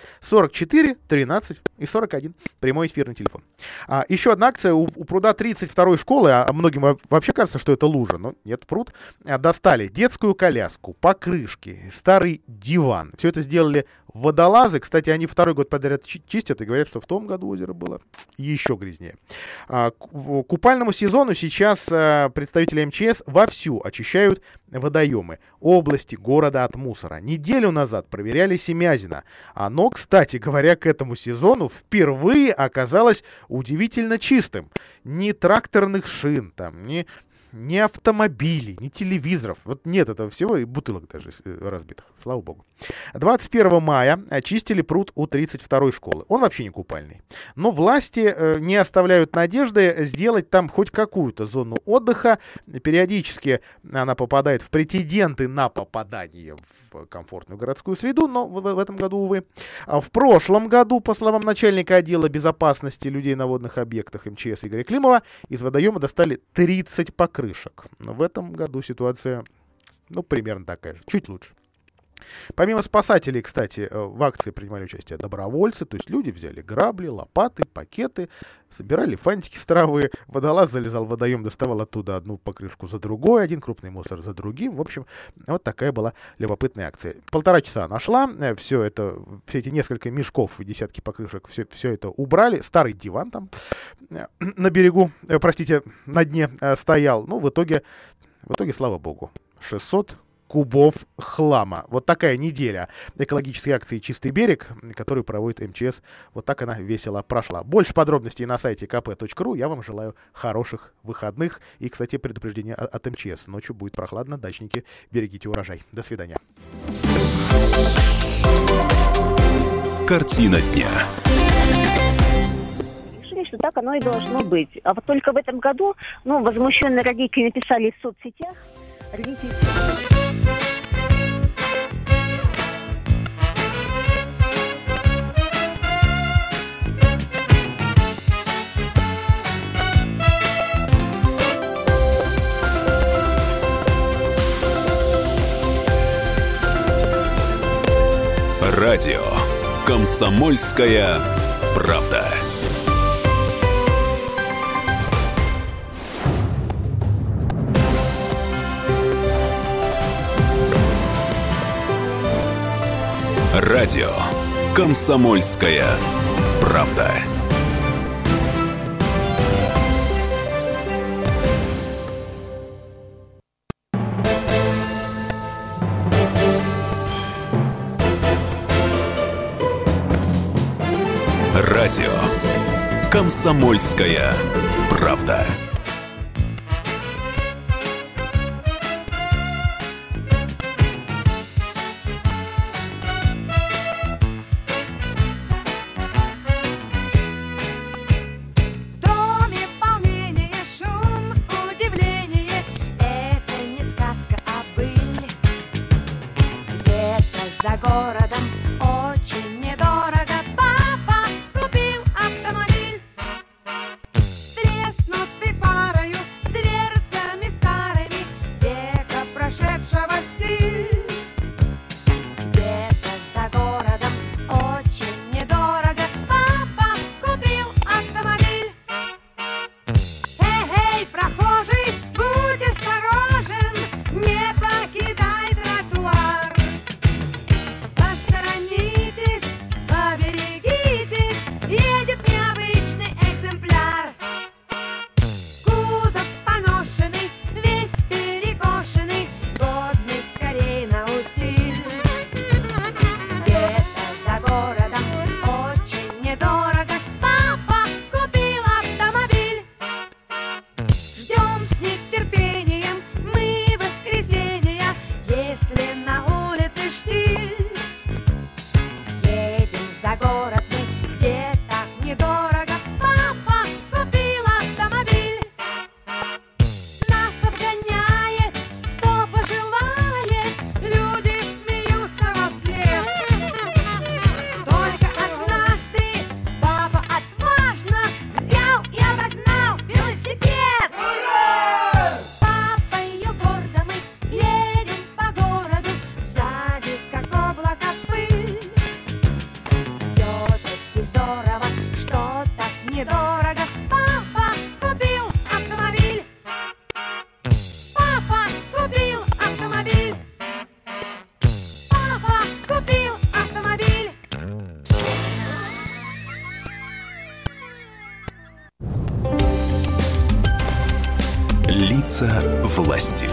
сорок четыре тринадцать и сорок один. Прямой эфирный телефон. А, еще одна акция. У, у пруда тридцать второй школы, а многим вообще кажется, что это лужа, но нет, пруд. А, достали детскую коляску, покрышки, старый диван. Все это сделали водолазы. Кстати, они второй год подряд чистят и говорят, что в том году озеро было еще грязнее. А, к купальному сезону сейчас а, представители эм че эс вовсю очищают водоемы области, города от мусора. Неделю назад проверяли Семязино. Оно, кстати говоря, к этому сезону впервые оказалось удивительно чистым. Ни тракторных шин, там, ни... ни автомобилей, ни телевизоров. Вот нет этого всего, и бутылок даже разбитых. Слава богу. двадцать первого мая очистили пруд у тридцать второй школы. Он вообще не купальный. Но власти э, не оставляют надежды сделать там хоть какую-то зону отдыха. Периодически она попадает в претенденты на попадание в комфортную городскую среду, но в, в этом году, увы. А в прошлом году, по словам начальника отдела безопасности людей на водных объектах эм че эс Игоря Климова, из водоема достали тридцать покрышек. Но в этом году ситуация, ну, примерно такая же, чуть лучше. Помимо спасателей, кстати, в акции принимали участие добровольцы, то есть люди взяли грабли, лопаты, пакеты, собирали фантики с травы, водолаз залезал в водоем, доставал оттуда одну покрышку за другой, один крупный мусор за другим. В общем, вот такая была любопытная акция. Полтора часа нашла, все это, все эти несколько мешков и десятки покрышек, все, все это убрали. Старый диван там на берегу, простите, на дне стоял. Ну, в итоге, в итоге, слава богу, шестьсот кубов хлама. Вот такая неделя экологической акции «Чистый берег», которую проводит эм че эс. Вот так она весело прошла. Больше подробностей на сайте ка пэ точка ру. Я вам желаю хороших выходных. И, кстати, предупреждение от эм че эс. Ночью будет прохладно. Дачники, берегите урожай. До свидания. Картина дня. Решили, что так оно и должно быть. А вот только в этом году, ну, возмущенные родители написали в соцсетях. Родители... Радио «Комсомольская правда». Радио «Комсомольская правда». Радио «Комсомольская правда». За городом очень недорого папа купил автомобиль. Треснутый фарою, с дверцами старыми, века прошедшего стиль. Где-то за городом очень недорого папа купил автомобиль. Эй-эй, прохожий, будь осторожен, не покидай тротуар. Посторонись. купил автомобиль. Лица власти.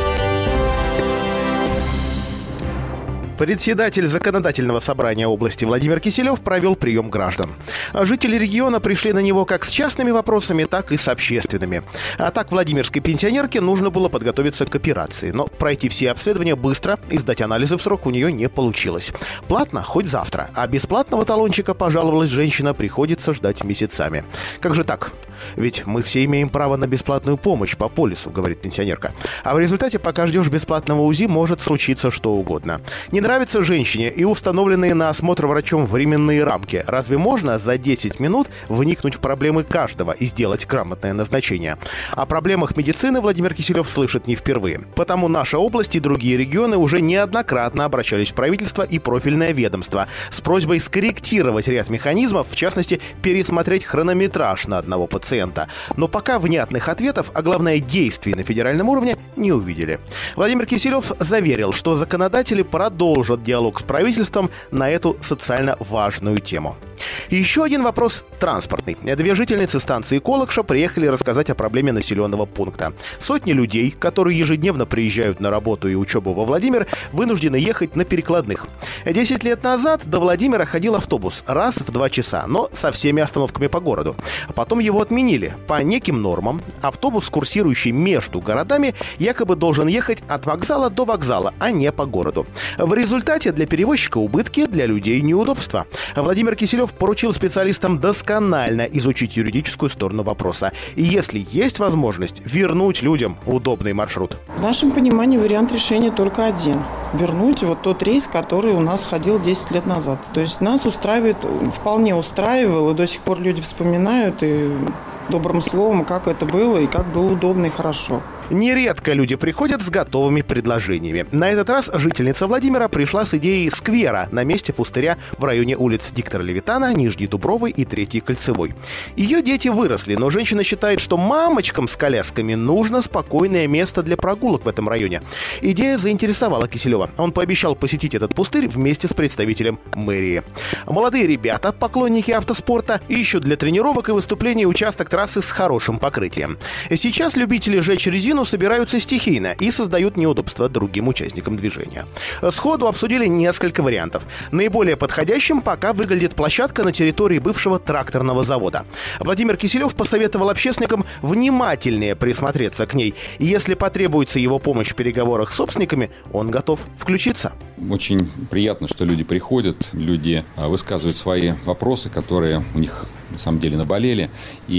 Председатель Законодательного собрания области Владимир Киселев провел прием граждан. Жители региона пришли на него как с частными вопросами, так и с общественными. А так владимирской пенсионерке нужно было подготовиться к операции. Но пройти все обследования быстро и сдать анализы в срок у нее не получилось. Платно хоть завтра, а бесплатного талончика, пожаловалась женщина, приходится ждать месяцами. Как же так? Ведь мы все имеем право на бесплатную помощь по полису, говорит пенсионерка. А в результате, пока ждешь бесплатного УЗИ, может случиться что угодно. Не нравится женщине и установленные на осмотр врачом временные рамки. Разве можно за десять минут вникнуть в проблемы каждого и сделать грамотное назначение? О проблемах медицины Владимир Киселев слышит не впервые. Потому наша область и другие регионы уже неоднократно обращались в правительство и профильное ведомство с просьбой скорректировать ряд механизмов, в частности, пересмотреть хронометраж на одного пациента. Но пока внятных ответов, а главное действий на федеральном уровне, не увидели. Владимир Киселев заверил, что законодатели продолжат диалог с правительством на эту социально важную тему. И еще один вопрос транспортный. Две жительницы станции Колокша приехали рассказать о проблеме населенного пункта. Сотни людей, которые ежедневно приезжают на работу и учебу во Владимир, вынуждены ехать на перекладных. Десять лет назад до Владимира ходил автобус раз в два часа, но со всеми остановками по городу. Потом его отменили. По неким нормам автобус, курсирующий между городами, якобы должен ехать от вокзала до вокзала, а не по городу. В результате для перевозчика убытки, для людей неудобства. Владимир Киселев поручил специалистам досконально изучить юридическую сторону вопроса. И если есть возможность, вернуть людям удобный маршрут. В нашем понимании вариант решения только один. Вернуть вот тот рейс, который у нас ходил десять лет назад. То есть нас устраивает, вполне устраивал, и до сих пор люди вспоминают и добрым словом, как это было и как было удобно и хорошо. Нередко люди приходят с готовыми предложениями. На этот раз жительница Владимира пришла с идеей сквера на месте пустыря в районе улиц Диктора Левитана, Нижней Дубровой и Третьей Кольцевой. Ее дети выросли, но женщина считает, что мамочкам с колясками нужно спокойное место для прогулок в этом районе. Идея заинтересовала Киселева. Он пообещал посетить этот пустырь вместе с представителем мэрии. Молодые ребята, поклонники автоспорта, ищут для тренировок и выступлений участок трассы с хорошим покрытием. Сейчас любители жечь резину собираются стихийно и создают неудобства другим участникам движения. Сходу обсудили несколько вариантов. Наиболее подходящим пока выглядит площадка на территории бывшего тракторного завода. Владимир Киселев посоветовал общественникам внимательнее присмотреться к ней. И если потребуется его помощь в переговорах с собственниками, он готов включиться. Очень приятно, что люди приходят, люди высказывают свои вопросы, которые у них на самом деле наболели.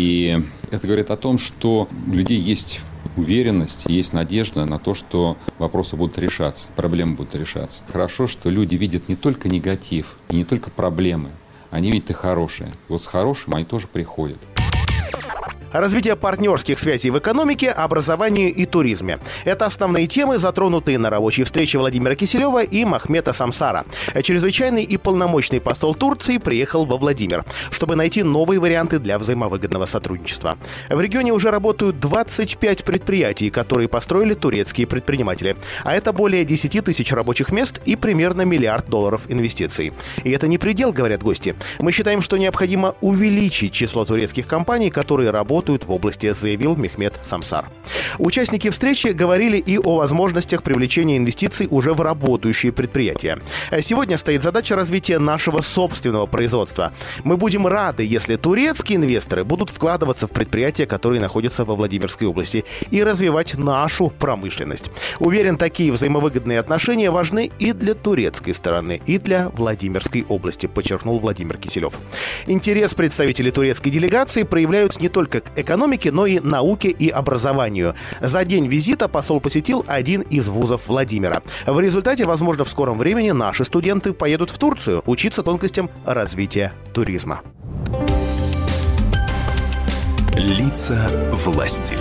И это говорит о том, что у людей есть уверенность, есть надежда на то, что вопросы будут решаться, проблемы будут решаться. Хорошо, что люди видят не только негатив и не только проблемы, они видят и хорошее. Вот с хорошим они тоже приходят. Развитие партнерских связей в экономике, образовании и туризме. Это основные темы, затронутые на рабочей встрече Владимира Киселева и Махмета Самсара. Чрезвычайный и полномочный посол Турции приехал во Владимир, чтобы найти новые варианты для взаимовыгодного сотрудничества. В регионе уже работают двадцать пять предприятий, которые построили турецкие предприниматели. А это более десять тысяч рабочих мест и примерно миллиард долларов инвестиций. И это не предел, говорят гости. Мы считаем, что необходимо увеличить число турецких компаний, которые работают в области, заявил Мехмет Самсар. Участники встречи говорили и о возможностях привлечения инвестиций уже в работающие предприятия. Сегодня стоит задача развития нашего собственного производства. Мы будем рады, если турецкие инвесторы будут вкладываться в предприятия, которые находятся во Владимирской области, и развивать нашу промышленность. Уверен, такие взаимовыгодные отношения важны и для турецкой стороны, и для Владимирской области, подчеркнул Владимир Киселев. Интерес представителей турецкой делегации проявляют не только к экономике, но и науке и образованию. За день визита посол посетил один из вузов Владимира. В результате, возможно, в скором времени наши студенты поедут в Турцию учиться тонкостям развития туризма. Лица власти.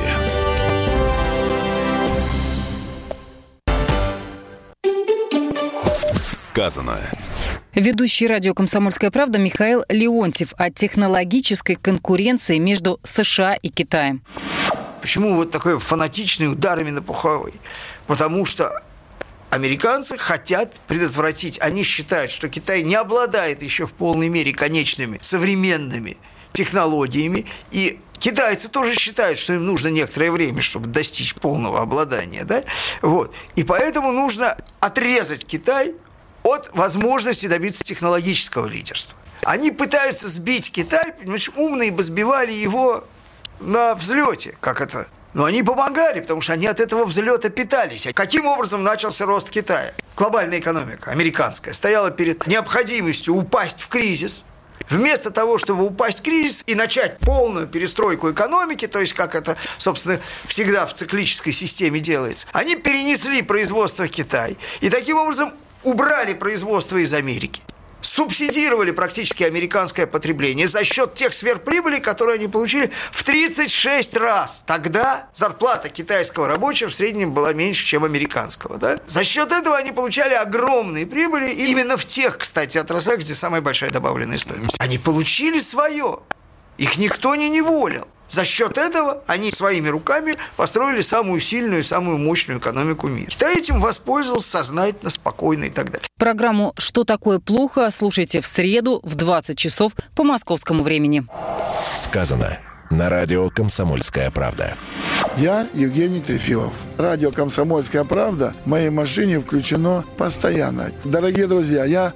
Сказано. Ведущий радио «Комсомольская правда» Михаил Леонтьев о технологической конкуренции между США и Китаем. Почему вот такой фанатичный удар именно Пуховой? Потому что американцы хотят предотвратить. Они считают, что Китай не обладает еще в полной мере конечными современными технологиями. И китайцы тоже считают, что им нужно некоторое время, чтобы достичь полного обладания. Да? Вот. И поэтому нужно отрезать Китай от возможности добиться технологического лидерства. Они пытаются сбить Китай, понимаешь, умные бы сбивали его на взлете, как это. Но они помогали, потому что они от этого взлета питались. А каким образом начался рост Китая? Глобальная экономика, американская, стояла перед необходимостью упасть в кризис. Вместо того, чтобы упасть в кризис и начать полную перестройку экономики, то есть как это, собственно, всегда в циклической системе делается, они перенесли производство в Китай и таким образом убрали производство из Америки. Субсидировали практически американское потребление за счет тех сверхприбылей, которые они получили в тридцать шесть раз. Тогда зарплата китайского рабочего в среднем была меньше, чем американского. Да? За счет этого они получали огромные прибыли именно в тех, кстати, отраслях, где самая большая добавленная стоимость. Они получили свое. Их никто не неволил. За счет этого они своими руками построили самую сильную, самую мощную экономику мира. Китай этим воспользовался сознательно, спокойно и так далее. Программу «Что такое плохо» слушайте в среду в двадцать часов по московскому времени. Сказано на радио «Комсомольская правда». Я Евгений Трефилов. Радио «Комсомольская правда» в моей машине включено постоянно. Дорогие друзья, я